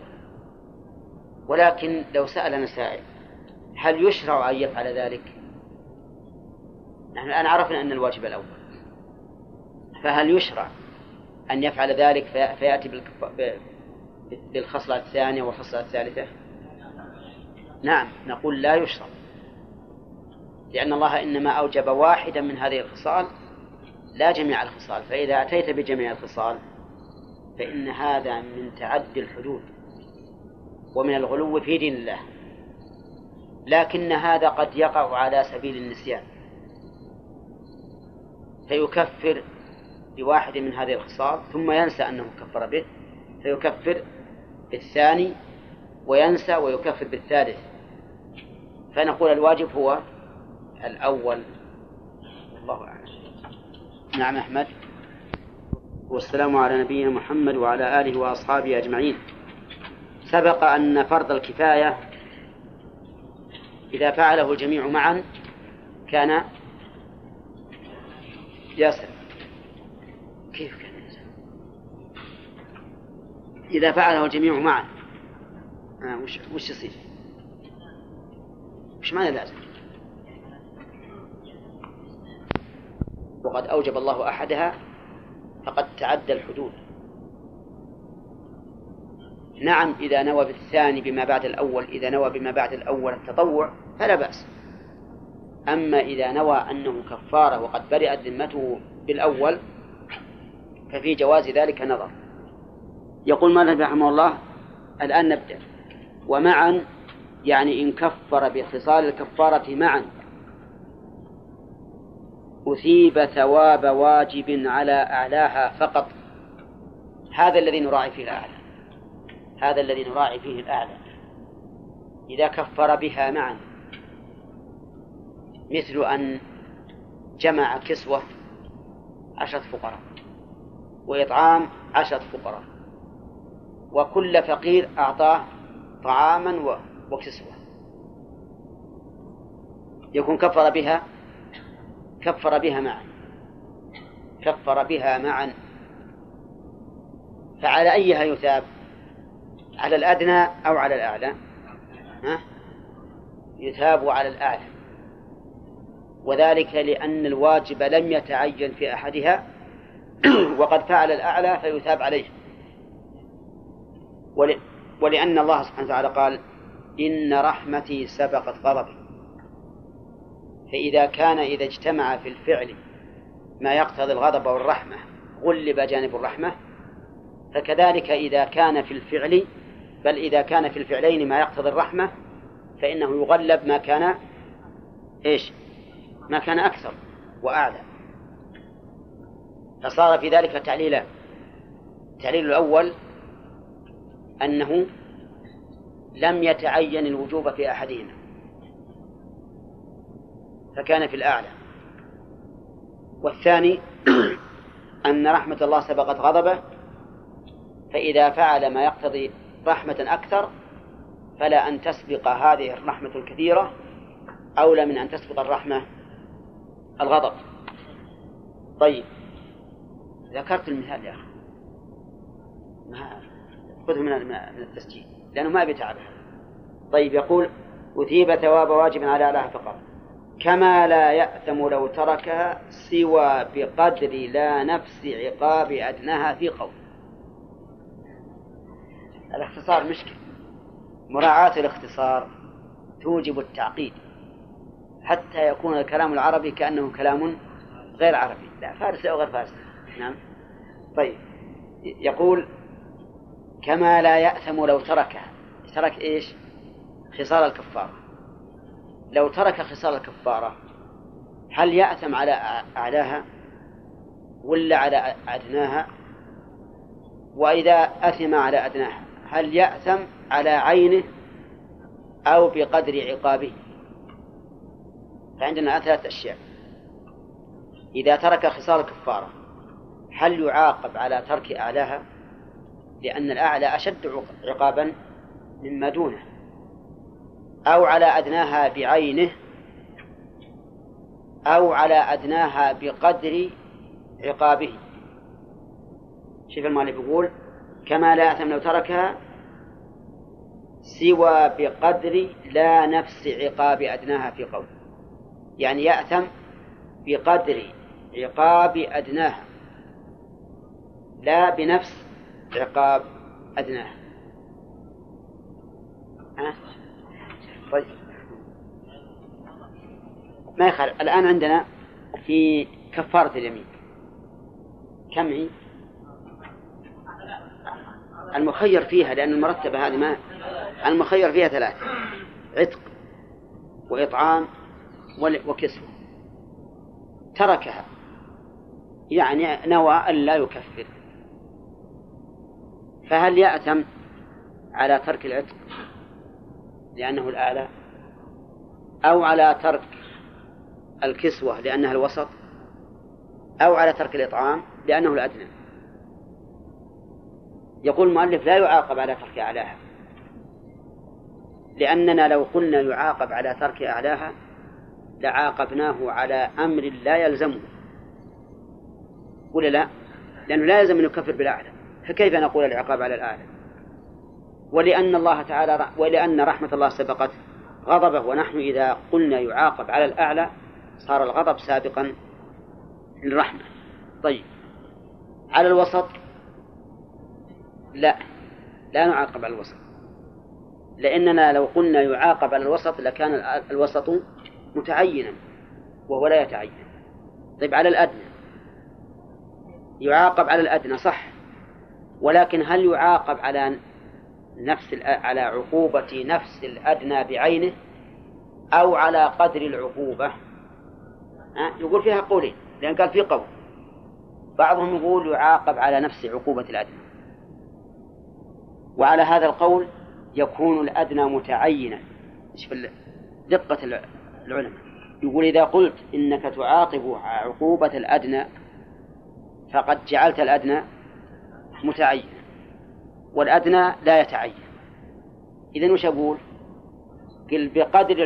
A: ولكن لو سألنا سائل هل يشرع أن يفعل ذلك؟ نحن الآن عرفنا أن الواجب الأول، فهل يشرع أن يفعل ذلك فيأتي بالخصلة الثانية والخصلة الثالثة؟ نعم، نقول لا يشرع، لأن الله إنما أوجب واحدا من هذه الخصال لا جميع الخصال. فإذا أتيت بجميع الخصال فإن هذا من تعدي الحدود ومن الغلو في دين الله. لكن هذا قد يقع على سبيل النسيان فيكفر بواحد من هذه الخصال ثم ينسى أنه كفر به فيكفر بالثاني وينسى ويكفر بالثالث، فنقول الواجب هو الأول. الله أعلم. نعم أحمد. والسلام على نبينا محمد وعلى آله وأصحابه أجمعين. سبق أن فرض الكفاية إذا فعله الجميع معا كان ياسر. كيف كان ياسر؟ إذا فعله الجميع معا وش يصير؟ وش معنى لازم؟ وقد أوجب الله أحدها فقد تعدى الحدود. نعم إذا نوى بالثاني بما بعد الأول، إذا نوى بما بعد الأول التطوع فلا بأس. أما إذا نوى أنه كفارة وقد برئت ذمته بالأول ففي جواز ذلك نظر. يقول مالك رحمه الله: الآن نبدأ. ومعا يعني إن كفر بخصال الكفارة معا أثيب ثواب واجب على أعلاها فقط. هذا الذي نراعي فيه الأعلى، هذا الذي نراعي فيه الأعلى. إذا كفر بها معا مثل أن جمع كسوة 10 فقراء وإطعام 10 فقراء وكل فقير أعطاه طعاما وكسوة، يكون كفر بها معا، كفر بها معا. فعلى أيها يثاب؟ على الأدنى أو على الأعلى؟ يثاب على الأعلى، وذلك لأن الواجب لم يتعين في أحدها وقد فعل الأعلى فيثاب عليه. ولأن الله سبحانه وتعالى قال: إن رحمتي سبقت غضبي. فإذا إذا اجتمع في الفعل ما يقتضي الغضب والرحمة غلب جانب الرحمة، فكذلك إذا كان في الفعل، بل إذا كان في الفعلين ما يقتضي الرحمة فإنه يغلب ما كان ما كان أكثر وأعلى. فصار في ذلك تعليلان: التعليل الأول أنه لم يتعين الوجوب في أحدهما فكان في الأعلى، والثاني أن رحمة الله سبقت غضبه، فإذا فعل ما يقتضي رحمة أكثر فلا أن تسبق هذه الرحمة الكثيرة أولى من أن تسبق الرحمة الغضب. طيب، ذكرت المثال يا أخي، خذه من التسجيل لأنه ما بيتعبه. طيب، يقول: أثيب ثواب واجب على أعلاها فقط، كما لا يأثم لو تركها سوى بقدر لا نفس عقاب أدناها في قول. الاختصار مشكل، مراعاة الاختصار توجب التعقيد حتى يكون الكلام العربي كأنه كلام غير عربي، لا فارسي أو غير فارسي. نعم. طيب، يقول: كما لا يأثم لو تركها. ترك إيش؟ خصال الكفارة. لو ترك خصال الكفارة هل يأثم على أعلاها ولا على أدناها؟ وإذا أثم على أدناها هل يأثم على عينه أو بقدر عقابه؟ فعندنا 3 أشياء. إذا ترك خصال الكفارة هل يعاقب على ترك أعلاها، لأن الأعلى أشد عقابا مما دونه، أو على أدناها بعينه، أو على أدناها بقدر عقابه. شوف المؤلف يقول: كما لا يأثم لو تركها سوى بقدر لا نفس عقاب أدناها في قول، يعني يأثم بقدر عقاب أدناها لا بنفس عقاب أدناها. طيب، ما يخالف. الآن عندنا في كفارة اليمين كم هي؟ المخير فيها، لأن المرتبة هذه ما المخير فيها 3: عتق وإطعام وكسوة. تركها يعني نوى أن لا يكفر، فهل يأثم على ترك العتق لأنه الأعلى، أو على ترك الكسوة لأنها الوسط، أو على ترك الإطعام لأنه الأدنى؟ يقول المؤلف لا يعاقب على ترك أعلاها، لأننا لو قلنا يعاقب على ترك أعلاها لعاقبناه على أمر لا يلزمه، ولا لا؟ لأنه لا يلزم أن يكفر بالأعلى، فكيف نقول العقاب على الأعلى؟ ولأن الله تعالى ولأن رحمة الله سبقت غضبه، ونحن إذا قلنا يعاقب على الأعلى صار الغضب سابقا للرحمة. طيب على الوسط لا نعاقب على الوسط، لأننا لو قلنا يعاقب على الوسط لكان الوسط متعينا وهو لا يتعين. طيب على الأدنى يعاقب على الأدنى صح، ولكن هل يعاقب على عقوبة نفس الأدنى بعينه أو على قدر العقوبة؟ يقول فيها قولين، لأن قال في قول بعضهم يقول يعاقب على نفس عقوبة الأدنى، وعلى هذا القول يكون الأدنى متعينا. شوف دقة العلماء، يقول إذا قلت إنك تعاقب عقوبة الأدنى فقد جعلت الأدنى متعين والأدنى لا يتعين. إذن وش أقول؟ قل بقدر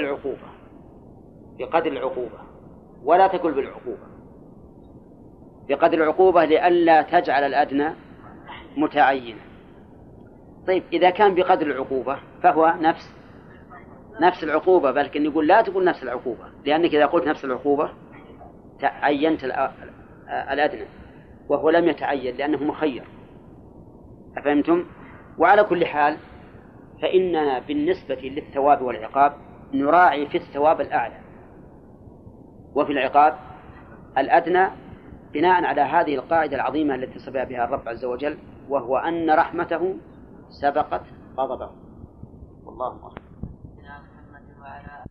A: العقوبة ولا تقل بالعقوبة، بقدر العقوبة لئلا تجعل الأدنى متعينا. طيب إذا كان بقدر العقوبة فهو نفس العقوبة، بل كن يقول لا تقول نفس العقوبة، لأنك إذا قلت نفس العقوبة عينت الأدنى وهو لم يتعين لأنه مخير. أفهمتم؟ وعلى كل حال فإننا بالنسبة للثواب والعقاب نراعي في الثواب الأعلى وفي العقاب الأدنى، بناء على هذه القاعدة العظيمة التي صبح بها الرب عز وجل، وهو أن رحمته سبقت غضبه. والله أعلم.